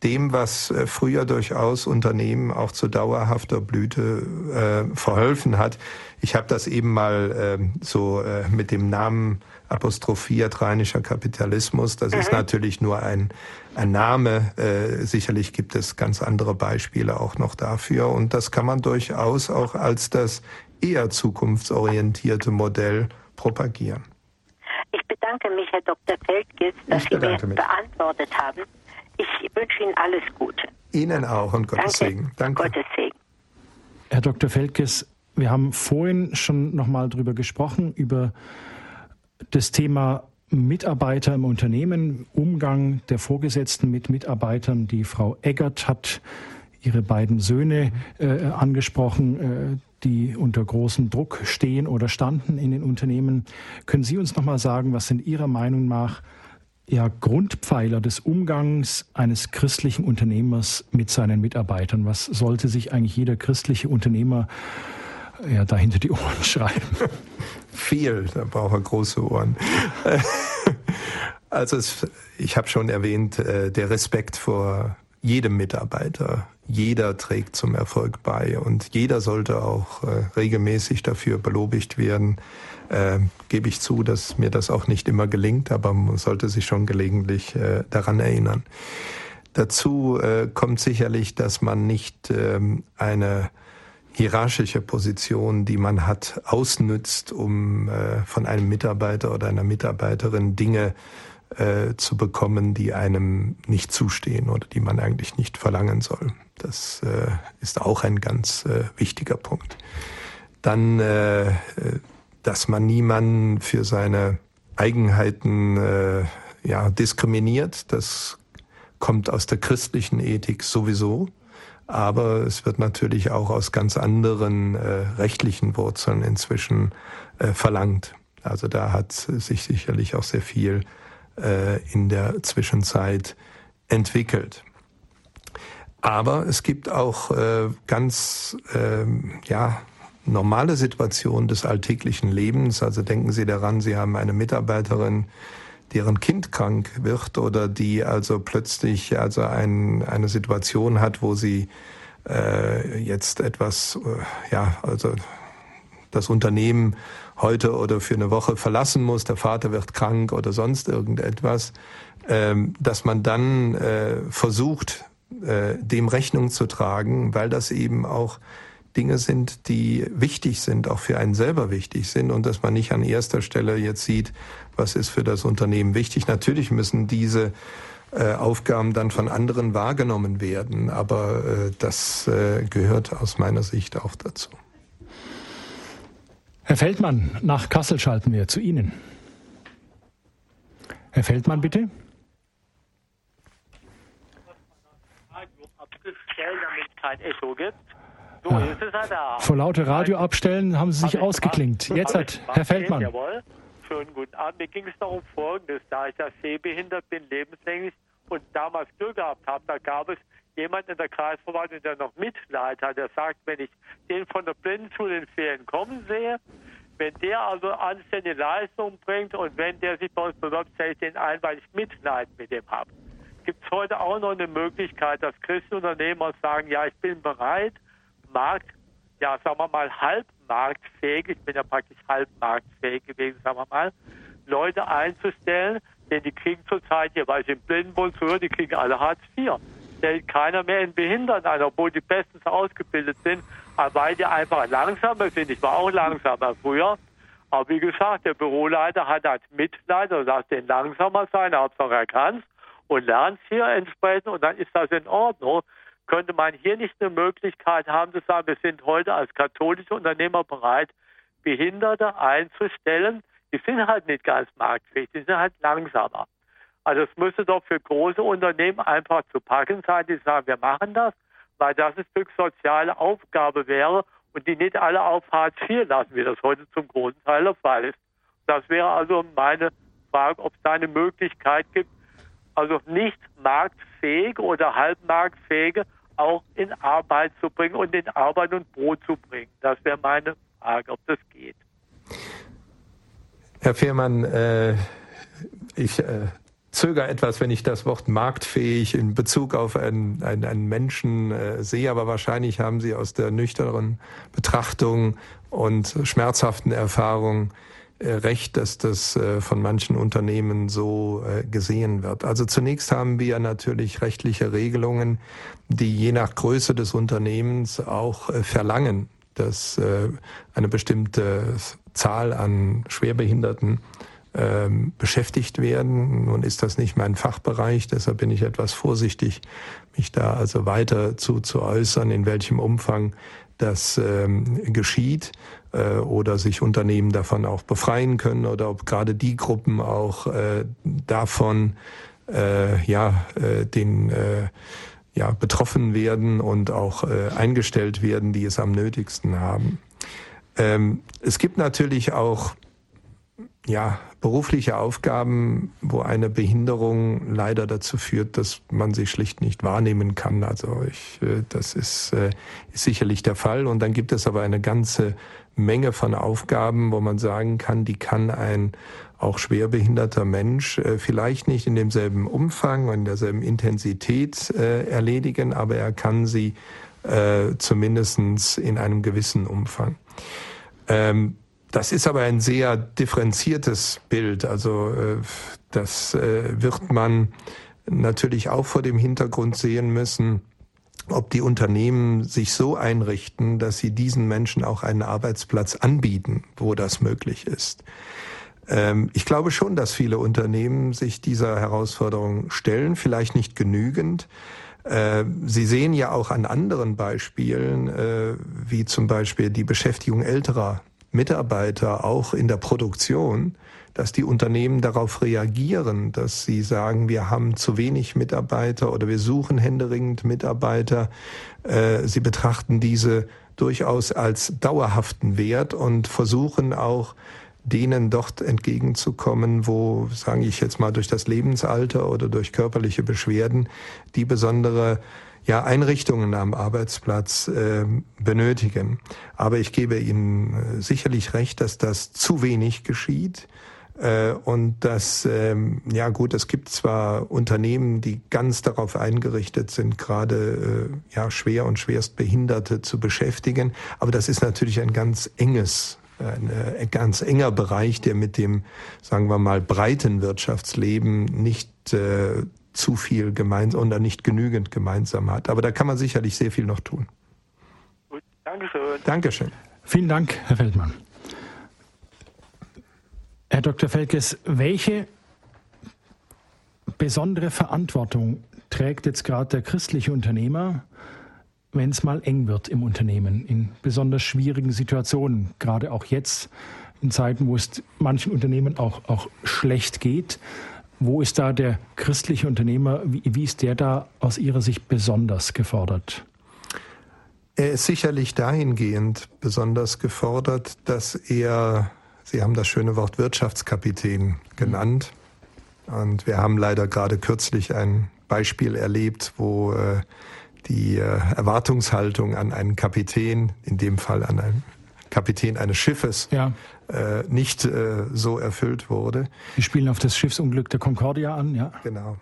dem, was früher durchaus Unternehmen auch zu dauerhafter Blüte verholfen hat. Ich habe das eben mal mit dem Namen apostrophiert, rheinischer Kapitalismus. Das ist natürlich nur ein Name. Sicherlich gibt es ganz andere Beispiele auch noch dafür. Und das kann man durchaus auch als das eher zukunftsorientierte Modell propagieren. Ich bedanke mich, Herr Dr. Feldges, dass Sie mir beantwortet haben. Ich wünsche Ihnen alles Gute. Ihnen auch und Gottes Segen. Danke. Gottes Segen. Herr Dr. Feldges, wir haben vorhin schon nochmal drüber gesprochen, über das Thema Mitarbeiter im Unternehmen, Umgang der Vorgesetzten mit Mitarbeitern. Die Frau Eggert hat ihre beiden Söhne angesprochen, die unter großem Druck stehen oder standen in den Unternehmen. Können Sie uns nochmal sagen, was sind Ihrer Meinung nach Grundpfeiler des Umgangs eines christlichen Unternehmers mit seinen Mitarbeitern? Was sollte sich eigentlich jeder christliche Unternehmer da hinter die Ohren schreiben? Viel, da braucht er große Ohren. Also ich habe schon erwähnt, der Respekt vor jedem Mitarbeiter. Jeder trägt zum Erfolg bei und jeder sollte auch regelmäßig dafür belobigt werden. Gebe ich zu, dass mir das auch nicht immer gelingt, aber man sollte sich schon gelegentlich daran erinnern. Dazu kommt sicherlich, dass man nicht eine hierarchische Position, die man hat, ausnützt, um von einem Mitarbeiter oder einer Mitarbeiterin Dinge zu bekommen, die einem nicht zustehen oder die man eigentlich nicht verlangen soll. Das ist auch ein ganz wichtiger Punkt. Dann, dass man niemanden für seine Eigenheiten diskriminiert. Das kommt aus der christlichen Ethik sowieso. Aber es wird natürlich auch aus ganz anderen rechtlichen Wurzeln inzwischen verlangt. Also da hat sich sicherlich auch sehr viel in der Zwischenzeit entwickelt. Aber es gibt auch ganz normale Situationen des alltäglichen Lebens. Also denken Sie daran, Sie haben eine Mitarbeiterin, deren Kind krank wird oder die also plötzlich eine Situation hat, wo sie jetzt etwas, das Unternehmen heute oder für eine Woche verlassen muss, der Vater wird krank oder sonst irgendetwas, dass man dann versucht, dem Rechnung zu tragen, weil das eben auch Dinge sind, die wichtig sind, auch für einen selber wichtig sind und dass man nicht an erster Stelle jetzt sieht, was ist für das Unternehmen wichtig. Natürlich müssen diese Aufgaben dann von anderen wahrgenommen werden, aber das gehört aus meiner Sicht auch dazu. Herr Feldmann, nach Kassel schalten wir zu Ihnen. Herr Feldmann, bitte. Abgestellt, damit es kein Echo gibt. So, jetzt ist er da. Vor lauter Radio abstellen haben Sie sich ausgeklingt. Jetzt hat Herr Feldmann. Jawohl. Schönen guten Abend. Mir ging es darum Folgendes. Da ich ja sehbehindert bin, lebenslänglich und damals Glück gehabt habe, da gab es jemanden in der Kreisverwaltung, der noch Mitleid hat. Der sagt, wenn ich den von der Blindenschule in Ferien kommen sehe, wenn der also anständige Leistung bringt und wenn der sich bei uns bewirbt, stelle ich den ein, weil ich Mitleid mit dem habe. Gibt es heute auch noch eine Möglichkeit, dass Christunternehmer sagen, ja, ich bin bereit, halbmarktfähig, ich bin ja praktisch halbmarktfähig gewesen, sagen wir mal, Leute einzustellen, denn die kriegen zurzeit hier, weil ich im Blindenbund höre, die kriegen alle Hartz IV. Stellt keiner mehr in Behindern ein, obwohl die bestens ausgebildet sind, weil die einfach langsamer sind. Ich war auch langsamer früher. Aber wie gesagt, der Büroleiter hat als Mitleid und sagt, den langsamer sein, Hauptsache er kann's und lernt hier entsprechend und dann ist das in Ordnung. Könnte man hier nicht eine Möglichkeit haben, zu sagen, wir sind heute als katholische Unternehmer bereit, Behinderte einzustellen. Die sind halt nicht ganz marktfähig, die sind halt langsamer. Also es müsste doch für große Unternehmen einfach zu packen sein, die sagen, wir machen das, weil das ein Stück soziale Aufgabe wäre und die nicht alle auf Hartz IV lassen, wie das heute zum großen Teil der Fall ist. Das wäre also meine Frage, ob es da eine Möglichkeit gibt, also nicht marktfähige oder halbmarktfähige auch in Arbeit zu bringen und in Arbeit und Brot zu bringen. Das wäre meine Frage, ob das geht. Herr Fehrmann, ich zögere etwas, wenn ich das Wort marktfähig in Bezug auf einen Menschen sehe, aber wahrscheinlich haben Sie aus der nüchternen Betrachtung und schmerzhaften Erfahrung recht, dass das von manchen Unternehmen so gesehen wird. Also zunächst haben wir natürlich rechtliche Regelungen, die je nach Größe des Unternehmens auch verlangen, dass eine bestimmte Zahl an Schwerbehinderten beschäftigt werden. Nun ist das nicht mein Fachbereich, deshalb bin ich etwas vorsichtig, mich da also weiter zu äußern, in welchem Umfang das geschieht oder sich Unternehmen davon auch befreien können oder ob gerade die Gruppen auch davon betroffen werden und auch eingestellt werden, die es am nötigsten haben. Es gibt natürlich auch berufliche Aufgaben, wo eine Behinderung leider dazu führt, dass man sie schlicht nicht wahrnehmen kann. Also das ist sicherlich der Fall. Und dann gibt es aber eine ganze Menge von Aufgaben, wo man sagen kann, die kann ein auch schwerbehinderter Mensch vielleicht nicht in demselben Umfang und in derselben Intensität erledigen, aber er kann sie zumindest in einem gewissen Umfang. Das ist aber ein sehr differenziertes Bild. Also das wird man natürlich auch vor dem Hintergrund sehen müssen, ob die Unternehmen sich so einrichten, dass sie diesen Menschen auch einen Arbeitsplatz anbieten, wo das möglich ist. Ich glaube schon, dass viele Unternehmen sich dieser Herausforderung stellen, vielleicht nicht genügend. Sie sehen ja auch an anderen Beispielen, wie zum Beispiel die Beschäftigung älterer Mitarbeiter auch in der Produktion, dass die Unternehmen darauf reagieren, dass sie sagen, wir haben zu wenig Mitarbeiter oder wir suchen händeringend Mitarbeiter. Sie betrachten diese durchaus als dauerhaften Wert und versuchen auch, denen dort entgegenzukommen, wo, sage ich jetzt mal, durch das Lebensalter oder durch körperliche Beschwerden die besondere Einrichtungen am Arbeitsplatz benötigen. Aber ich gebe Ihnen sicherlich recht, dass das zu wenig geschieht. Und dass, es gibt zwar Unternehmen, die ganz darauf eingerichtet sind, gerade schwer und schwerstbehinderte zu beschäftigen. Aber das ist natürlich ein ganz enger Bereich, der mit dem, sagen wir mal, breiten Wirtschaftsleben nicht zu viel gemeinsam oder nicht genügend gemeinsam hat. Aber da kann man sicherlich sehr viel noch tun. Gut, Dankeschön. Dankeschön. Vielen Dank, Herr Feldmann. Herr Dr. Feldges, welche besondere Verantwortung trägt jetzt gerade der christliche Unternehmer, wenn es mal eng wird im Unternehmen, in besonders schwierigen Situationen, gerade auch jetzt in Zeiten, wo es manchen Unternehmen auch schlecht geht? Wo ist da der christliche Unternehmer, wie ist der da aus Ihrer Sicht besonders gefordert? Er ist sicherlich dahingehend besonders gefordert, dass er, Sie haben das schöne Wort Wirtschaftskapitän genannt. Und wir haben leider gerade kürzlich ein Beispiel erlebt, wo die Erwartungshaltung an einen Kapitän, in dem Fall an einen Kapitän eines Schiffes, nicht so erfüllt wurde. Wir spielen auf das Schiffsunglück der Concordia an, ja. Genau.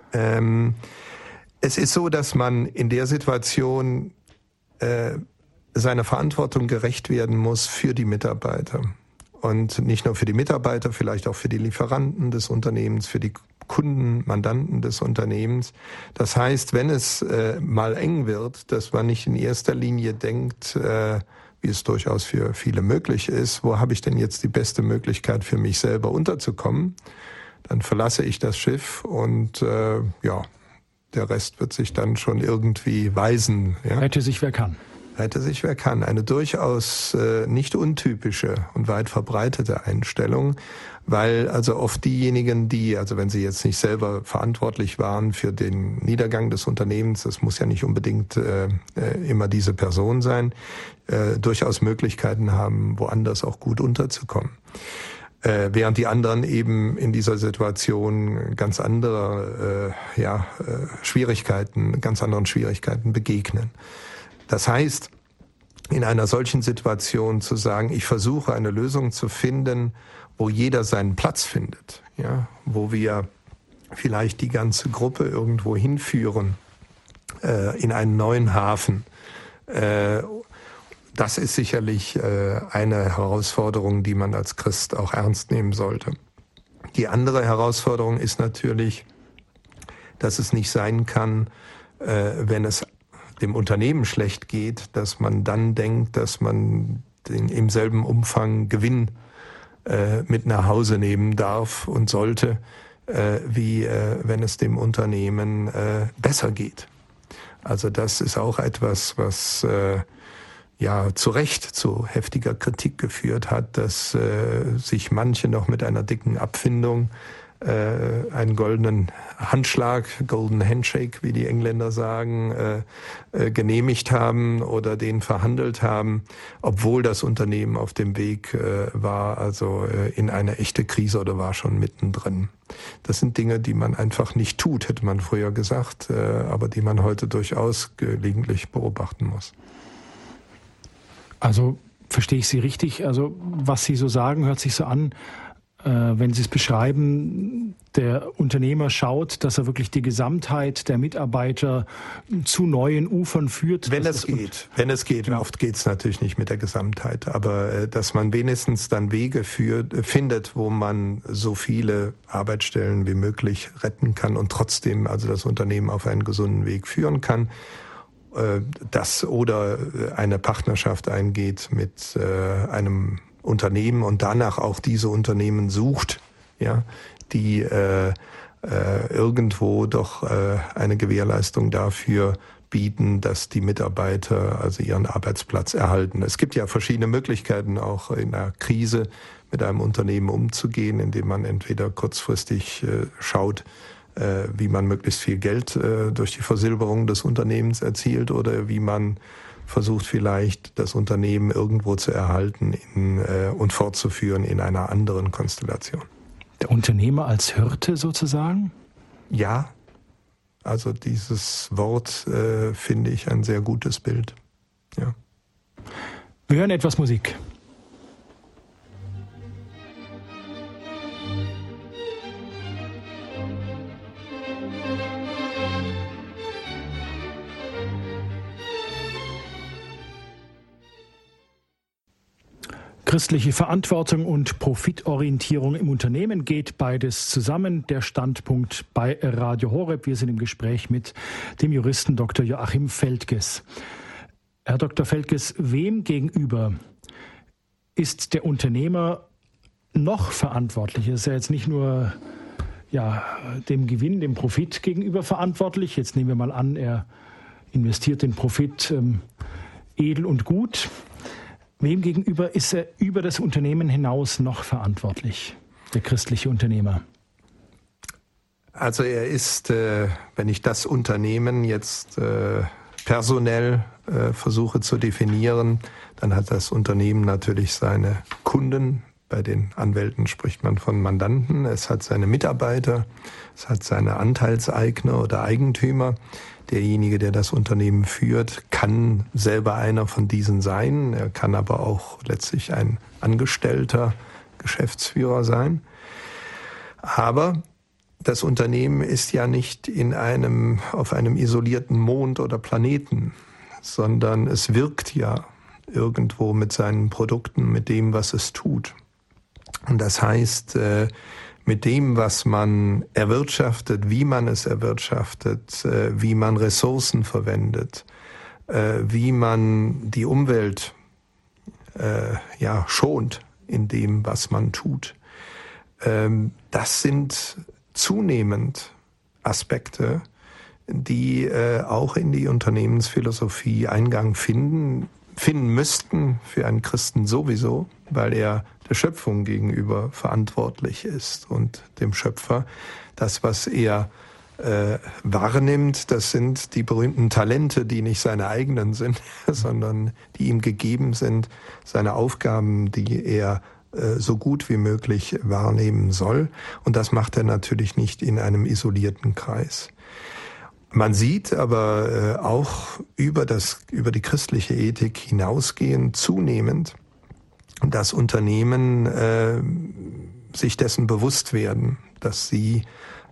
Es ist so, dass man in der Situation seiner Verantwortung gerecht werden muss für die Mitarbeiter. Und nicht nur für die Mitarbeiter, vielleicht auch für die Lieferanten des Unternehmens, für die Kunden, Mandanten des Unternehmens. Das heißt, wenn es mal eng wird, dass man nicht in erster Linie denkt, wie es durchaus für viele möglich ist, wo habe ich denn jetzt die beste Möglichkeit für mich selber unterzukommen? Dann verlasse ich das Schiff und der Rest wird sich dann schon irgendwie weisen. Ja? Rette sich wer kann. Rette sich wer kann. Eine durchaus nicht untypische und weit verbreitete Einstellung, weil also oft diejenigen, also wenn sie jetzt nicht selber verantwortlich waren für den Niedergang des Unternehmens, das muss ja nicht unbedingt immer diese Person sein, durchaus Möglichkeiten haben, woanders auch gut unterzukommen. Während die anderen eben in dieser Situation ganz anderen Schwierigkeiten begegnen. Das heißt, in einer solchen Situation zu sagen, ich versuche eine Lösung zu finden, wo jeder seinen Platz findet, ja, wo wir vielleicht die ganze Gruppe irgendwo hinführen, in einen neuen Hafen. Das ist sicherlich eine Herausforderung, die man als Christ auch ernst nehmen sollte. Die andere Herausforderung ist natürlich, dass es nicht sein kann, wenn es dem Unternehmen schlecht geht, dass man dann denkt, dass man im selben Umfang Gewinn mit nach Hause nehmen darf und sollte, wie wenn es dem Unternehmen besser geht. Also das ist auch etwas, was zu Recht zu heftiger Kritik geführt hat, dass sich manche noch mit einer dicken Abfindung einen goldenen Handschlag, Golden Handshake, wie die Engländer sagen, genehmigt haben oder den verhandelt haben, obwohl das Unternehmen auf dem Weg war, also in eine echte Krise oder war schon mittendrin. Das sind Dinge, die man einfach nicht tut, hätte man früher gesagt, aber die man heute durchaus gelegentlich beobachten muss. Also verstehe ich Sie richtig? Also was Sie so sagen, hört sich so an, wenn Sie es beschreiben, der Unternehmer schaut, dass er wirklich die Gesamtheit der Mitarbeiter zu neuen Ufern führt. Wenn es geht. Ja. Oft geht es natürlich nicht mit der Gesamtheit, aber dass man wenigstens dann Wege findet, wo man so viele Arbeitsstellen wie möglich retten kann und trotzdem also das Unternehmen auf einen gesunden Weg führen kann. Das oder eine Partnerschaft eingeht mit einem Unternehmen und danach auch diese Unternehmen sucht, ja, die irgendwo doch eine Gewährleistung dafür bieten, dass die Mitarbeiter also ihren Arbeitsplatz erhalten. Es gibt ja verschiedene Möglichkeiten, auch in einer Krise mit einem Unternehmen umzugehen, indem man entweder kurzfristig schaut, wie man möglichst viel Geld durch die Versilberung des Unternehmens erzielt oder wie man versucht vielleicht das Unternehmen irgendwo zu erhalten und fortzuführen in einer anderen Konstellation. Der Unternehmer als Hirte sozusagen? Ja, also dieses Wort finde ich ein sehr gutes Bild. Ja. Wir hören etwas Musik. Christliche Verantwortung und Profitorientierung im Unternehmen, geht beides zusammen. Der Standpunkt bei Radio Horeb. Wir sind im Gespräch mit dem Juristen Dr. Joachim Feldges. Herr Dr. Feldges, wem gegenüber ist der Unternehmer noch verantwortlich? Er ist ja jetzt nicht nur dem Gewinn, dem Profit gegenüber verantwortlich. Jetzt nehmen wir mal an, er investiert den Profit edel und gut. Wem gegenüber ist er über das Unternehmen hinaus noch verantwortlich, der christliche Unternehmer? Also er ist, wenn ich das Unternehmen jetzt personell versuche zu definieren, dann hat das Unternehmen natürlich seine Kunden. Bei den Anwälten spricht man von Mandanten. Es hat seine Mitarbeiter, es hat seine Anteilseigner oder Eigentümer. Derjenige, der das Unternehmen führt, kann selber einer von diesen sein. Er kann aber auch letztlich ein angestellter Geschäftsführer sein. Aber das Unternehmen ist ja nicht auf einem isolierten Mond oder Planeten, sondern es wirkt ja irgendwo mit seinen Produkten, mit dem, was es tut. Und das heißt, mit dem, was man erwirtschaftet, wie man es erwirtschaftet, wie man Ressourcen verwendet, wie man die Umwelt schont in dem, was man tut. Das sind zunehmend Aspekte, die auch in die Unternehmensphilosophie Eingang finden müssten, für einen Christen sowieso, weil er der Schöpfung gegenüber verantwortlich ist und dem Schöpfer. Das, was er wahrnimmt, das sind die berühmten Talente, die nicht seine eigenen sind, sondern die ihm gegeben sind, seine Aufgaben, die er so gut wie möglich wahrnehmen soll. Und das macht er natürlich nicht in einem isolierten Kreis. Man sieht aber auch über die christliche Ethik hinausgehend zunehmend, dass Unternehmen sich dessen bewusst werden, dass sie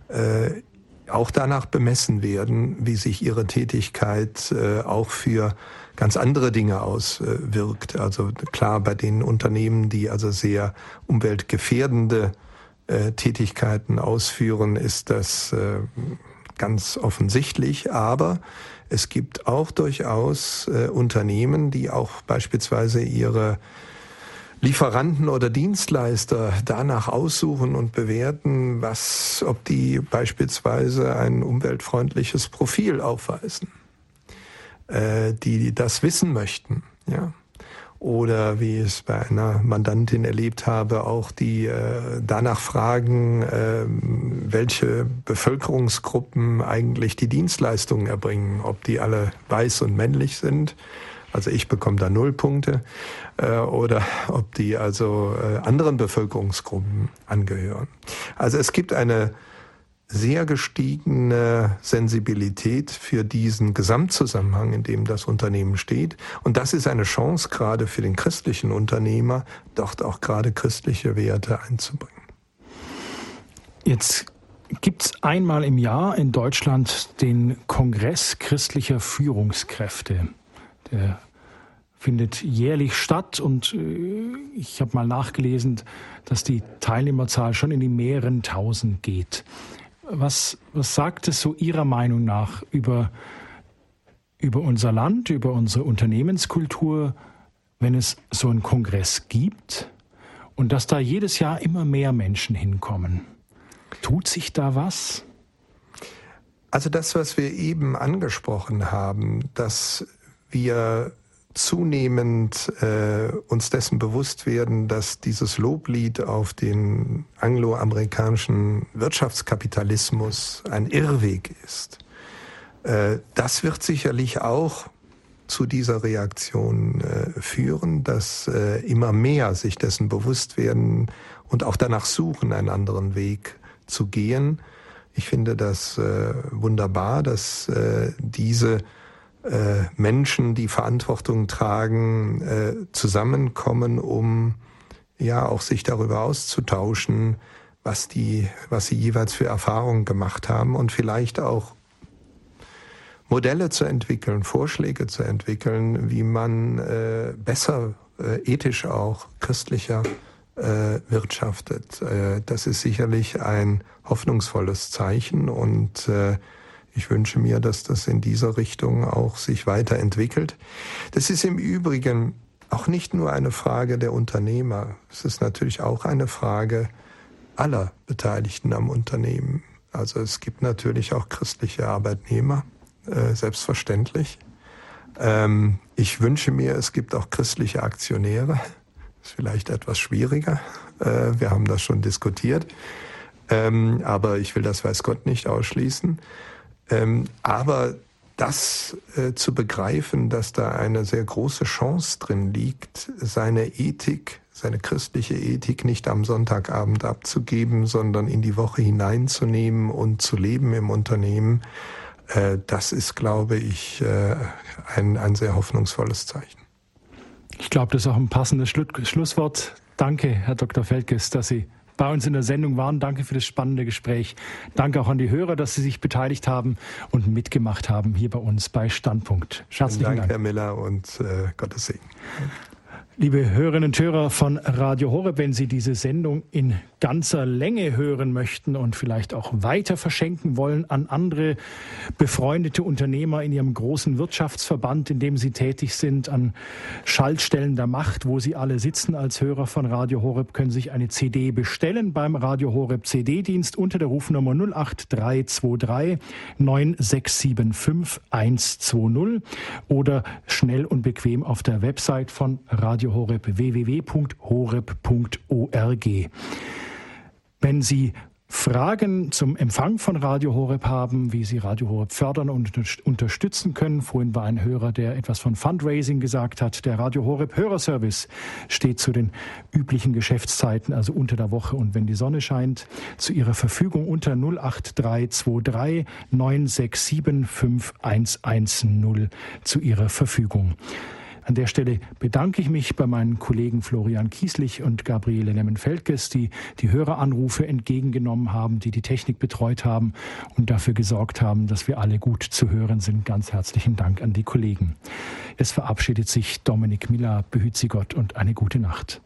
auch danach bemessen werden, wie sich ihre Tätigkeit auch für ganz andere Dinge auswirkt. Also klar, bei den Unternehmen, die also sehr umweltgefährdende Tätigkeiten ausführen, ist das ganz offensichtlich. Aber es gibt auch durchaus Unternehmen, die auch beispielsweise ihre Lieferanten oder Dienstleister danach aussuchen und bewerten, ob die beispielsweise ein umweltfreundliches Profil aufweisen, die das wissen möchten, ja. Oder wie ich es bei einer Mandantin erlebt habe, auch die danach fragen, welche Bevölkerungsgruppen eigentlich die Dienstleistungen erbringen, ob die alle weiß und männlich sind. Also ich bekomme da 0 Punkte, oder ob die also anderen Bevölkerungsgruppen angehören. Also es gibt eine sehr gestiegene Sensibilität für diesen Gesamtzusammenhang, in dem das Unternehmen steht. Und das ist eine Chance gerade für den christlichen Unternehmer, dort auch gerade christliche Werte einzubringen. Jetzt gibt es einmal im Jahr in Deutschland den Kongress christlicher Führungskräfte. Der findet jährlich statt und ich habe mal nachgelesen, dass die Teilnehmerzahl schon in die mehreren Tausend geht. Was sagt es so Ihrer Meinung nach über unser Land, über unsere Unternehmenskultur, wenn es so einen Kongress gibt und dass da jedes Jahr immer mehr Menschen hinkommen? Tut sich da was? Also das, was wir eben angesprochen haben, dass wir zunehmend uns dessen bewusst werden, dass dieses Loblied auf den angloamerikanischen Wirtschaftskapitalismus ein Irrweg ist. Das wird sicherlich auch zu dieser Reaktion führen, dass immer mehr sich dessen bewusst werden und auch danach suchen, einen anderen Weg zu gehen. Ich finde das wunderbar, dass diese Menschen, die Verantwortung tragen, zusammenkommen, um ja auch sich darüber auszutauschen, was sie jeweils für Erfahrungen gemacht haben und vielleicht auch Modelle zu entwickeln, Vorschläge zu entwickeln, wie man besser ethisch auch christlicher wirtschaftet. Das ist sicherlich ein hoffnungsvolles Zeichen und ich wünsche mir, dass das in dieser Richtung auch sich weiterentwickelt. Das ist im Übrigen auch nicht nur eine Frage der Unternehmer. Es ist natürlich auch eine Frage aller Beteiligten am Unternehmen. Also es gibt natürlich auch christliche Arbeitnehmer, selbstverständlich. Ich wünsche mir, es gibt auch christliche Aktionäre. Das ist vielleicht etwas schwieriger. Wir haben das schon diskutiert. Aber ich will das weiß Gott nicht ausschließen. Aber das zu begreifen, dass da eine sehr große Chance drin liegt, seine Ethik, seine christliche Ethik nicht am Sonntagabend abzugeben, sondern in die Woche hineinzunehmen und zu leben im Unternehmen, das ist, glaube ich, ein sehr hoffnungsvolles Zeichen. Ich glaube, das ist auch ein passendes Schlusswort. Danke, Herr Dr. Feldges, dass Sie bei uns in der Sendung waren. Danke für das spannende Gespräch. Danke auch an die Hörer, dass Sie sich beteiligt haben und mitgemacht haben hier bei uns bei Standpunkt. Herzlichen Dank, Herr Miller, und Gottes Segen. Liebe Hörerinnen und Hörer von Radio Horeb, wenn Sie diese Sendung in ganzer Länge hören möchten und vielleicht auch weiter verschenken wollen an andere befreundete Unternehmer in Ihrem großen Wirtschaftsverband, in dem Sie tätig sind, an Schaltstellen der Macht, wo Sie alle sitzen als Hörer von Radio Horeb, können Sie sich eine CD bestellen beim Radio Horeb CD-Dienst unter der Rufnummer 08323 9675 120 oder schnell und bequem auf der Website von Radio Horeb, www.horeb.org. Wenn Sie Fragen zum Empfang von Radio Horeb haben, wie Sie Radio Horeb fördern und unterstützen können. Vorhin war ein Hörer, der etwas von Fundraising gesagt hat. Der Radio Horeb Hörerservice steht zu den üblichen Geschäftszeiten, also unter der Woche und wenn die Sonne scheint, zu Ihrer Verfügung unter 08323 967 5110 zu Ihrer Verfügung. An der Stelle bedanke ich mich bei meinen Kollegen Florian Kieslich und Gabriele Lemmen-Feldges, die die Höreranrufe entgegengenommen haben, die die Technik betreut haben und dafür gesorgt haben, dass wir alle gut zu hören sind. Ganz herzlichen Dank an die Kollegen. Es verabschiedet sich Dominik Miller. Behüt Sie Gott und eine gute Nacht.